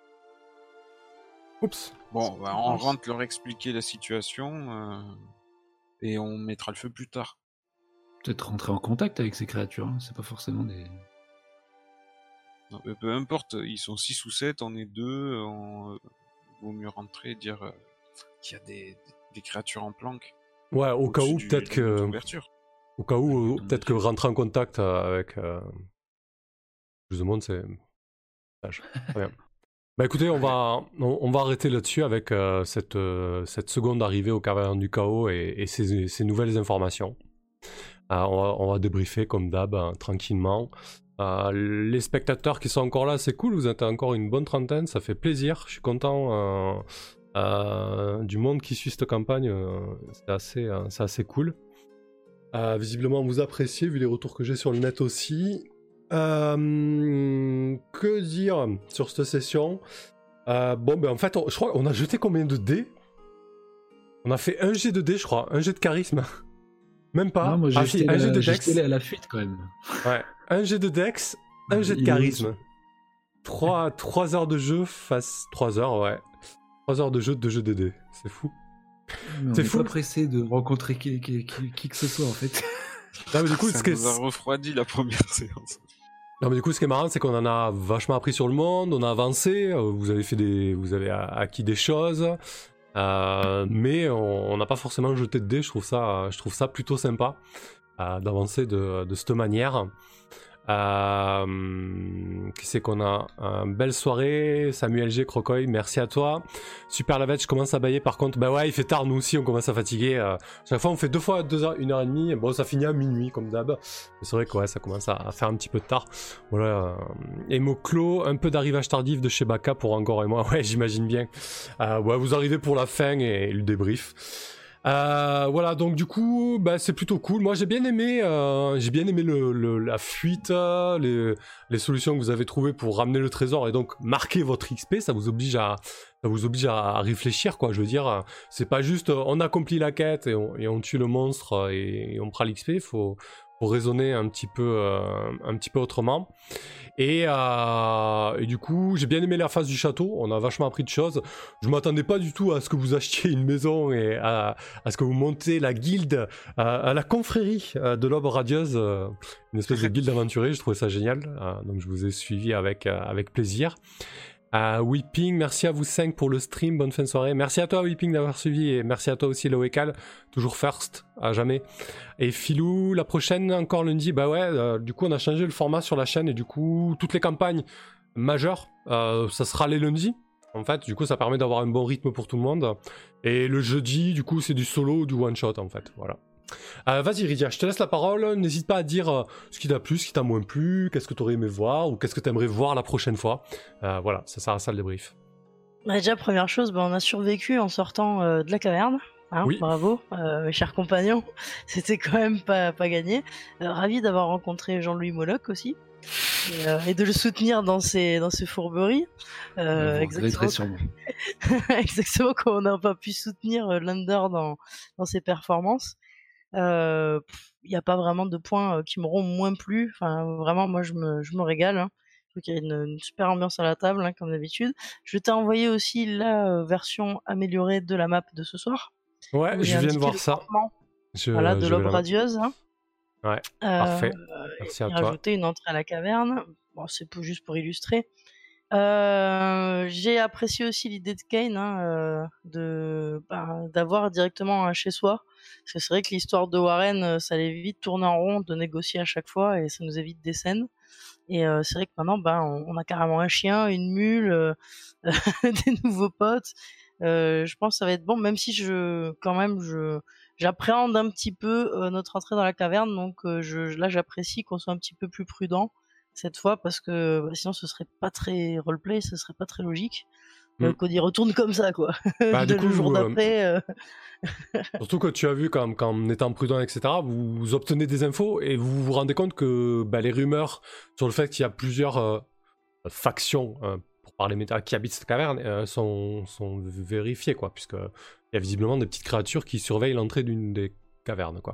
Oups. Bon, bah, on rentre leur expliquer la situation et on mettra le feu plus tard. Peut-être rentrer en contact avec ces créatures, hein. C'est pas forcément des... Non, peu importe, ils sont 6 ou 7, on est 2, vaut mieux rentrer et dire qu'il y a des créatures en planque. Ouais, au cas où, peut-être que... Au cas où, peut-être que rentrer en contact avec... Plus de monde, c'est... Très bien. Bah écoutez, on va arrêter là-dessus avec cette seconde arrivée au caverne du chaos et ces nouvelles informations. On va débriefer comme d'hab, tranquillement. Les spectateurs qui sont encore là, c'est cool, vous êtes encore une bonne trentaine, ça fait plaisir. Je suis content du monde qui suit cette campagne, c'est assez cool. Visiblement vous appréciez, vu les retours que j'ai sur le net aussi. Que dire sur cette session? Bon, ben en fait, je crois qu'on a jeté combien de dés? On a fait un jet de dés, je crois, un jet de charisme. Même pas. Non, moi, un jet de dex. J'ai à la fuite quand même. Ouais, un jet de dex, un jet de charisme. 3 heures de jeu face 3 heures, ouais. 3 heures de jeu, 2 jeux de dés. C'est fou. C'est fou. On est pas pressé de rencontrer qui que ce soit en fait. Non, mais du coup, ça nous a refroidi la première séance. Non mais du coup ce qui est marrant c'est qu'on en a vachement appris sur le monde, on a avancé, vous avez acquis des choses, mais on n'a pas forcément jeté de dés, je trouve ça plutôt sympa d'avancer de cette manière. Qui c'est qu'on a? Belle soirée, Samuel G, Crocoy, merci à toi. Super Lavette, je commence à bailler par contre. Bah ouais, il fait tard, nous aussi on commence à fatiguer. Chaque fois on fait 2 fois 2 heures, 1h30. Bon, ça finit à minuit comme d'hab. C'est vrai que ouais, ça commence à faire un petit peu tard. Voilà. Et Moklo, un peu d'arrivage tardif de chez Baka pour Angor et moi. Ouais, j'imagine bien. Ouais, vous arrivez pour la fin et le débrief. Voilà, donc du coup, bah, c'est plutôt cool. Moi, j'ai bien aimé la fuite, les solutions que vous avez trouvées pour ramener le trésor et donc marquer votre XP. Ça vous oblige à réfléchir, quoi. Je veux dire, c'est pas juste on accomplit la quête et on tue le monstre et on prend l'XP. Faut raisonner un petit peu autrement. Et du coup, j'ai bien aimé la phase du château. On a vachement appris de choses. Je m'attendais pas du tout à ce que vous achetiez une maison et à ce que vous montez la guilde, à la confrérie de l'Aube Radieuse, une espèce de guilde aventurier. Je trouvais ça génial. Donc je vous ai suivi avec plaisir. Weeping, merci à vous 5 pour le stream, bonne fin de soirée. Merci à toi Weeping d'avoir suivi et merci à toi aussi Loécal, toujours first, à jamais. Et Philou, la prochaine encore lundi, bah ouais, du coup on a changé le format sur la chaîne et du coup toutes les campagnes majeures, ça sera les lundis. En fait, du coup ça permet d'avoir un bon rythme pour tout le monde. Et le jeudi, du coup c'est du solo ou du one shot en fait, voilà. Vas-y Rydia, je te laisse la parole, n'hésite pas à dire ce qui t'a plu, ce qui t'a moins plu, qu'est-ce que t'aurais aimé voir ou qu'est-ce que t'aimerais voir la prochaine fois. Voilà, ça sert à ça le débrief. Déjà, première chose, on a survécu en sortant de la caverne. Hein, oui. Bravo, mes chers compagnons, c'était quand même pas gagné. Ravi d'avoir rencontré Jean-Louis Moloch aussi. Et de le soutenir dans ses fourberies. Exactement. Exactement comme on n'a pas pu soutenir Lander dans ses performances. Il n'y a pas vraiment de points qui m'auront moins plu. Enfin, vraiment, moi, je me régale. Hein. Je trouve qu'il y a une super ambiance à la table, hein, comme d'habitude. Je t'ai envoyé aussi la version améliorée de la map de ce soir. Ouais, je viens de voir ça. Voilà, de l'Aube Radieuse. Hein. Ouais, parfait. Merci à toi. Rajouter une entrée à la caverne. Bon, c'est juste pour illustrer. J'ai apprécié aussi l'idée de Kane, hein, d'avoir directement un chez soi. Parce que c'est vrai que l'histoire de Warren, ça allait vite tourner en rond, de négocier à chaque fois, et ça nous évite des scènes. Et c'est vrai que maintenant, on a carrément un chien, une mule, des nouveaux potes. Je pense que ça va être bon, même si j'appréhende un petit peu notre entrée dans la caverne. Donc là, j'apprécie qu'on soit un petit peu plus prudent cette fois, parce que sinon ce serait pas très roleplay, ce serait pas très logique qu'on y retourne comme ça, quoi. Du coup, le jour d'après. Surtout que tu as vu qu'en étant prudent, etc., vous obtenez des infos et vous vous rendez compte que les rumeurs sur le fait qu'il y a plusieurs factions, pour parler méta, qui habitent cette caverne, sont vérifiées, quoi, puisque il y a visiblement des petites créatures qui surveillent l'entrée d'une des cavernes, quoi.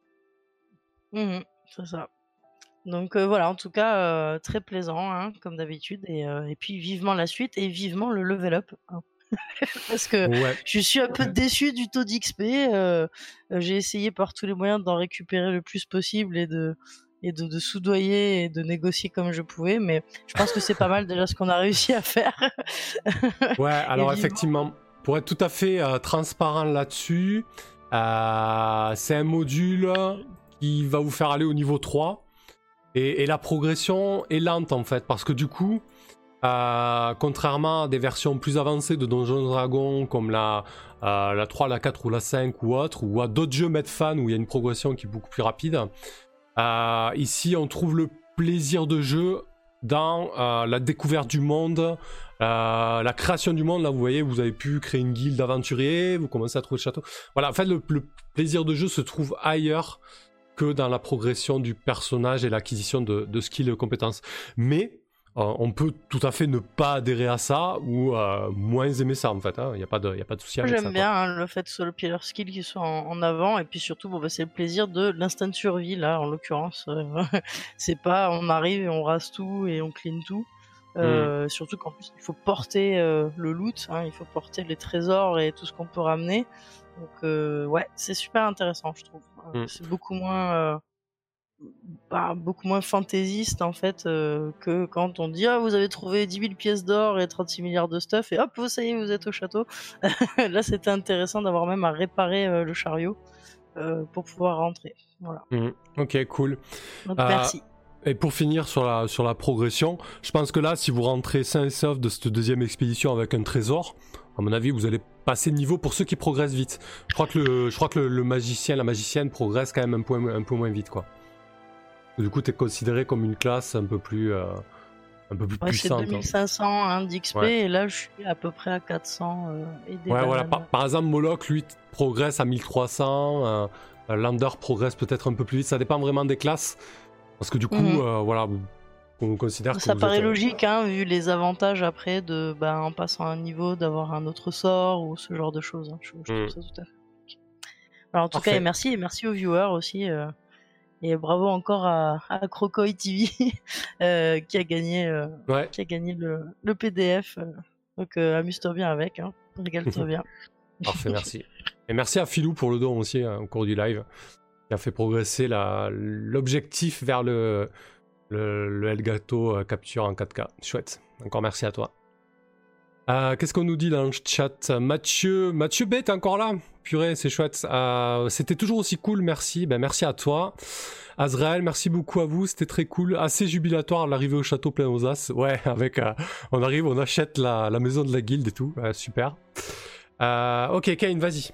C'est ça. Donc voilà, en tout cas, très plaisant, hein, comme d'habitude, et puis vivement la suite et vivement le level up. Hein. Parce que je suis un peu déçu du taux d'XP. J'ai essayé par tous les moyens d'en récupérer le plus possible et de soudoyer et de négocier comme je pouvais, mais je pense que c'est pas mal déjà ce qu'on a réussi à faire. Ouais, alors effectivement, pour être tout à fait transparent là-dessus, c'est un module qui va vous faire aller au niveau 3. Et la progression est lente en fait, parce que du coup, contrairement à des versions plus avancées de Donjons & Dragons comme la 3, la 4 ou la 5 ou autre, ou à d'autres jeux Medfan où il y a une progression qui est beaucoup plus rapide, ici on trouve le plaisir de jeu dans la découverte du monde, la création du monde. Là vous voyez, vous avez pu créer une guilde d'aventuriers, vous commencez à trouver le château. Voilà, en fait le plaisir de jeu se trouve ailleurs que dans la progression du personnage et l'acquisition de skills et de compétences. Mais on peut tout à fait ne pas adhérer à ça ou moins aimer ça en fait. Il n'y a pas de souci avec ça. J'aime bien le fait que ce soit le pillar skill qui soit en avant, et puis surtout c'est le plaisir de l'instant survie là en l'occurrence. C'est pas on arrive et on rase tout et on clean tout. Surtout qu'en plus il faut porter le loot, hein, il faut porter les trésors et tout ce qu'on peut ramener. Donc ouais, c'est super intéressant, je trouve. C'est beaucoup moins fantaisiste en fait que quand on dit vous avez trouvé 10 000 pièces d'or et 36 milliards de stuff et hop, ça y est, vous êtes au château. Là, c'était intéressant d'avoir même à réparer le chariot pour pouvoir rentrer. Voilà. Ok, cool. Donc merci. Et pour finir sur la progression, je pense que là, si vous rentrez sain et sauf de cette deuxième expédition avec un trésor, à mon avis, vous allez passer de niveau pour ceux qui progressent vite. Je crois que le magicien, la magicienne progresse quand même un peu moins vite, quoi. Du coup, t'es considéré comme une classe un peu plus puissante. C'est 2500 d'XP et là, je suis à peu près à 400 et des voilà. Par exemple, Moloch, lui, progresse à 1300. Lander progresse peut-être un peu plus vite. Ça dépend vraiment des classes. Parce que du coup, voilà, on considère que ça paraît logique, hein, vu les avantages après de, en passant un niveau, d'avoir un autre sort ou ce genre de choses. Hein. Je trouve ça tout à fait logique. Alors, en tout cas, et merci aux viewers aussi. Et bravo encore à Crocoy TV qui a gagné le PDF. Donc amuse-toi bien avec, hein. Régale-toi bien. Parfait, merci. Et merci à Philou pour le don aussi au cours du live, qui a fait progresser l'objectif vers le Elgato capture en 4K. Chouette. Encore merci à toi. Qu'est-ce qu'on nous dit dans le chat? Mathieu B, t'es encore là? Purée, c'est chouette. C'était toujours aussi cool, merci. Merci à toi. Azrael, merci beaucoup à vous, c'était très cool. Assez jubilatoire l'arrivée au château plein aux as. Ouais, avec on arrive, on achète la maison de la guilde et tout. Super. Ok, Kane, vas-y.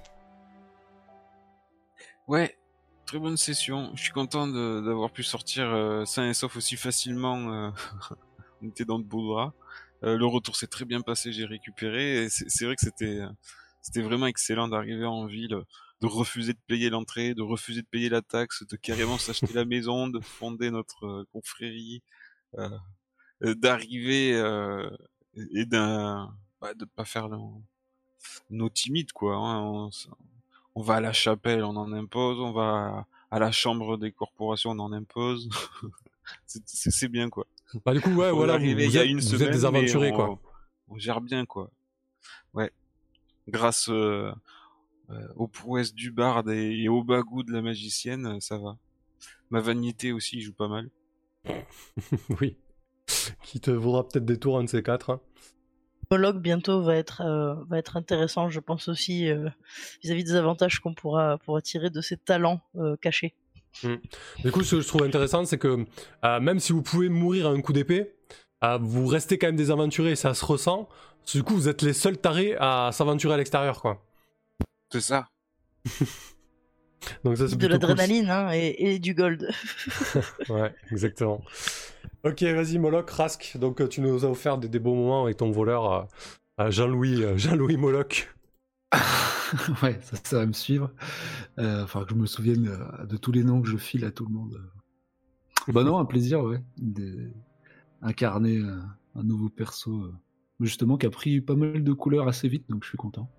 Ouais, très bonne session. Je suis content d'avoir pu sortir sain et sauf aussi facilement. On était dans de beaux draps. Le retour s'est très bien passé, j'ai récupéré. Et c'est vrai que c'était vraiment excellent d'arriver en ville, de refuser de payer l'entrée, de refuser de payer la taxe, de carrément s'acheter la maison, de fonder notre confrérie, d'arriver et de pas faire nos timides, quoi. Hein. On va à la chapelle, on en impose. On va à la chambre des corporations, on en impose. c'est bien, quoi. Bah du coup, ouais, voilà, vous êtes des aventuriers, quoi. On gère bien, quoi. Ouais. Grâce aux prouesses du barde et au bagou de la magicienne, ça va. Ma vanité aussi joue pas mal. Oui. Qui te vaudra peut-être des tours, un de ces quatre. Hein. Moloch bientôt va être intéressant, je pense aussi, vis-à-vis des avantages qu'on pourra tirer de ses talents cachés. Du coup, ce que je trouve intéressant, c'est que même si vous pouvez mourir à un coup d'épée, vous restez quand même des aventuriers et ça se ressent. Du coup, vous êtes les seuls tarés à s'aventurer à l'extérieur, quoi. C'est ça. Donc ça, c'est de l'adrénaline, cool. Hein, et du gold. Ouais, exactement. Ok, vas-y, Moloch, Rask. Donc tu nous as offert des beaux moments avec ton voleur Jean-Louis Moloch. Ouais, ça va me suivre. Enfin, que je me souvienne de tous les noms que je file à tout le monde. Bah non, un plaisir, ouais. Incarner un nouveau perso, justement, qui a pris pas mal de couleurs assez vite, donc je suis content.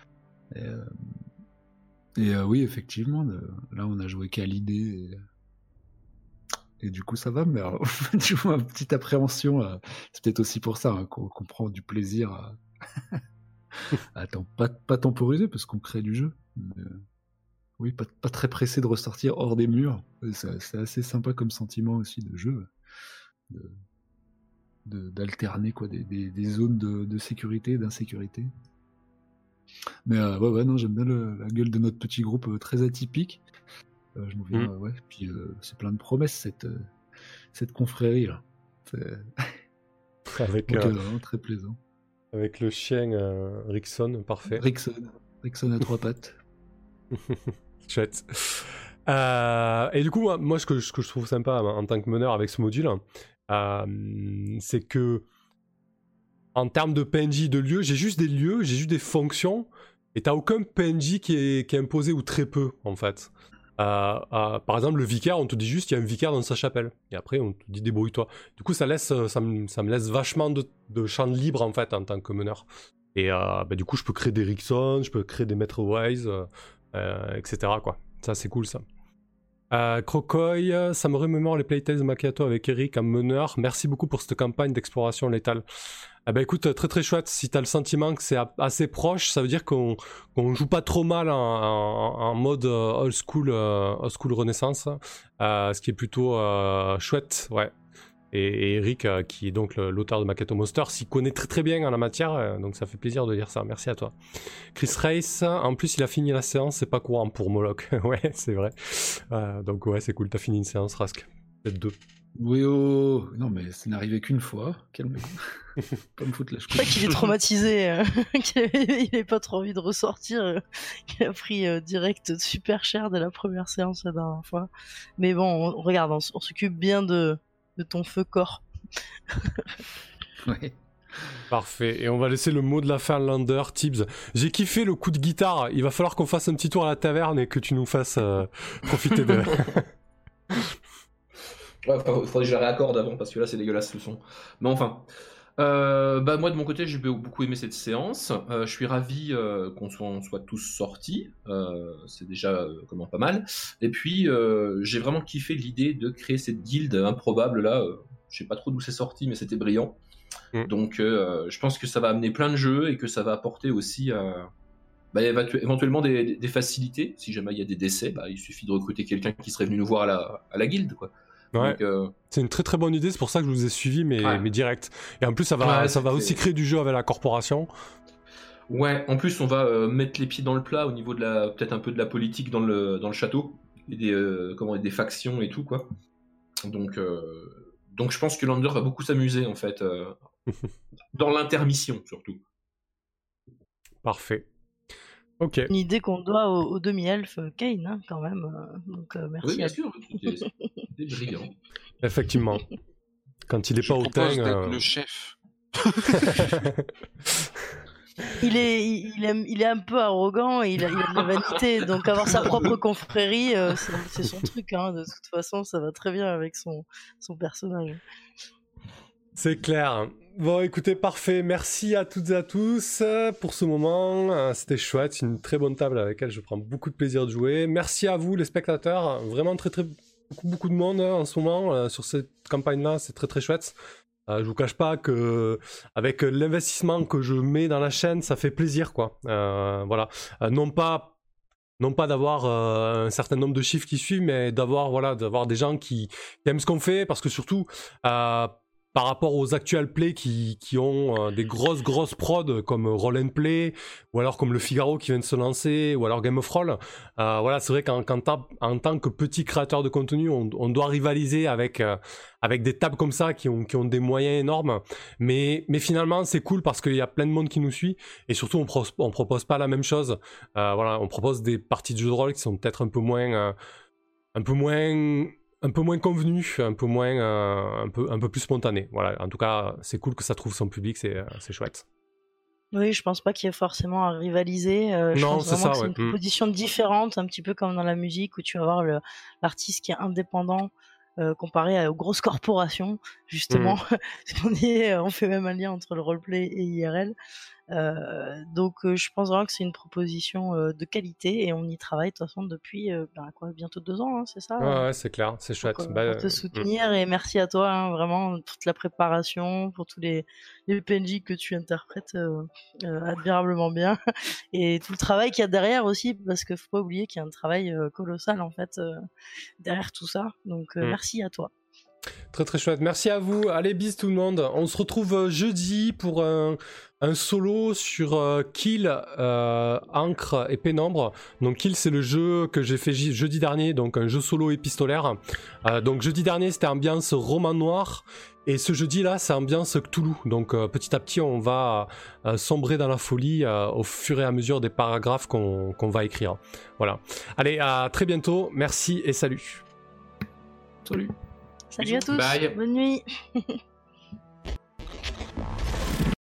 Et oui, effectivement, là, on a joué qu'à l'idée. Et du coup, ça va, mais tu vois, une petite appréhension. C'est peut-être aussi pour ça hein, qu'on prend du plaisir à... Attends, pas temporiser parce qu'on crée du jeu. Mais, oui, pas très pressé de ressortir hors des murs. C'est assez sympa comme sentiment aussi de jeu, d'alterner quoi, des zones de sécurité et d'insécurité. Mais ouais, non, j'aime bien la gueule de notre petit groupe très atypique. Je me souviens, ouais. Puis c'est plein de promesses cette confrérie là. Avec vraiment très plaisant. Avec le chien Rickson, parfait. Rickson à trois pattes. Chouette. Et du coup, moi, ce que je trouve sympa en tant que meneur avec ce module, c'est que en termes de PNJ de lieux, j'ai juste des lieux, j'ai juste des fonctions, et t'as aucun PNJ qui est imposé ou très peu en fait. Par exemple, le vicaire, on te dit juste qu'il y a un vicaire dans sa chapelle, et après on te dit débrouille-toi. Du coup, ça me laisse vachement de champ libre en fait en tant que meneur. Et du coup, je peux créer des Rickson, je peux créer des Maîtres Wise, etc. quoi. Ça, c'est cool ça. Crocoy, ça me remémore les playtests de Macchiato avec Eric en meneur. Merci beaucoup pour cette campagne d'exploration létale. Écoute, très très chouette. Si t'as le sentiment que c'est assez proche, ça veut dire qu'on joue pas trop mal en mode old school renaissance, ce qui est plutôt chouette, ouais. Et Eric, qui est donc l'auteur de Macchiato Monster, s'y connaît très très bien en la matière, donc ça fait plaisir de dire ça. Merci à toi. Chris Race, en plus il a fini la séance, c'est pas courant pour Moloch. Ouais, c'est vrai. Donc ouais, c'est cool, t'as fini une séance, Rask. Peut-être 2. Oui, oh, non mais ça n'est arrivé qu'une fois, calmez-vous. Pas me foutre la chouette. Je crois qu'il est traumatisé, qu'il n'avait pas trop envie de ressortir, qu'il a pris direct super cher de la première séance la dernière fois. Mais bon, regarde, on s'occupe bien de ton feu corps. Ouais. Parfait, et on va laisser le mot de la fin Lander, Tibbs. J'ai kiffé le coup de guitare, il va falloir qu'on fasse un petit tour à la taverne et que tu nous fasses profiter de... Ouais, faudrait que je la réaccorde avant parce que là c'est dégueulasse le son. Mais enfin, Moi de mon côté j'ai beaucoup aimé cette séance. Je suis ravi qu'on soit tous sortis. C'est déjà pas mal. Et puis j'ai vraiment kiffé l'idée de créer cette guilde improbable là. Je sais pas trop d'où c'est sorti, mais c'était brillant. Donc je pense que ça va amener plein de jeux et que ça va apporter aussi éventuellement des facilités. Si jamais il y a des décès, il suffit de recruter quelqu'un qui serait venu nous voir à la guilde, quoi. Ouais. Donc, c'est une très très bonne idée, c'est pour ça que je vous ai suivi, mais direct. Et en plus, ça va aussi créer du jeu avec la corporation. Ouais, en plus, on va mettre les pieds dans le plat au niveau de peut-être un peu de la politique dans le château, et des factions et tout, quoi. Donc je pense que Lander va beaucoup s'amuser, en fait, dans l'intermission, surtout. Parfait. Ok. Une idée qu'on doit au demi-elfe Kane, hein, quand même. Donc merci. Oui, bien sûr, c'est brillant. Effectivement. Quand il est pas au teint. Le chef. Il est un peu arrogant et il a de la vanité, donc avoir sa propre confrérie, c'est son truc. Hein. De toute façon, ça va très bien avec son personnage. C'est clair. Bon, écoutez, parfait. Merci à toutes et à tous pour ce moment. C'était chouette. Une très bonne table avec laquelle je prends beaucoup de plaisir de jouer. Merci à vous, les spectateurs. Vraiment très, très beaucoup de monde en ce moment sur cette campagne-là. C'est très, très chouette. Je vous cache pas que avec l'investissement que je mets dans la chaîne, ça fait plaisir, quoi. Voilà. Non pas d'avoir un certain nombre de chiffres qui suivent, mais d'avoir des gens qui aiment ce qu'on fait, parce que surtout par rapport aux actual plays qui ont des grosses prods comme Roll and Play, ou alors comme le Figaro qui vient de se lancer, ou alors Game of Roll, c'est vrai qu'en tant que petit créateur de contenu, on doit rivaliser avec des tables comme ça qui ont des moyens énormes, mais finalement c'est cool parce qu'il y a plein de monde qui nous suit, et surtout on propose pas la même chose. On propose des parties de jeux de rôle qui sont peut-être un peu moins convenu, un peu plus spontané. Voilà, en tout cas, c'est cool que ça trouve son public, c'est chouette. Oui, je pense pas qu'il y ait forcément à rivaliser. Je pense vraiment que c'est une proposition différente, un petit peu comme dans la musique où tu vas avoir l'artiste qui est indépendant comparé aux grosses corporations, justement. On fait même un lien entre le roleplay et IRL. Donc je pense vraiment que c'est une proposition de qualité et on y travaille de toute façon depuis bientôt 2 ans, hein, c'est ça? Ouais, c'est clair, c'est chouette. Pour te soutenir et merci à toi, hein, vraiment, toute la préparation, pour tous les PNJ que tu interprètes admirablement bien et tout le travail qu'il y a derrière aussi, parce qu'il faut pas oublier qu'il y a un travail colossal en fait derrière tout ça, donc merci à toi. Très très chouette, merci à vous. Allez, bis tout le monde. On se retrouve jeudi pour un solo sur Kill, Ancre et Pénombre. Donc Kill, c'est le jeu que j'ai fait jeudi dernier, donc un jeu solo épistolaire. Donc jeudi dernier c'était ambiance roman noir, et ce jeudi là c'est ambiance Cthulhu. Donc petit à petit on va sombrer dans la folie au fur et à mesure des paragraphes qu'on va écrire. Voilà. Allez, à très bientôt, merci et salut. Salut. Salut à tous, Bye. bonne nuit.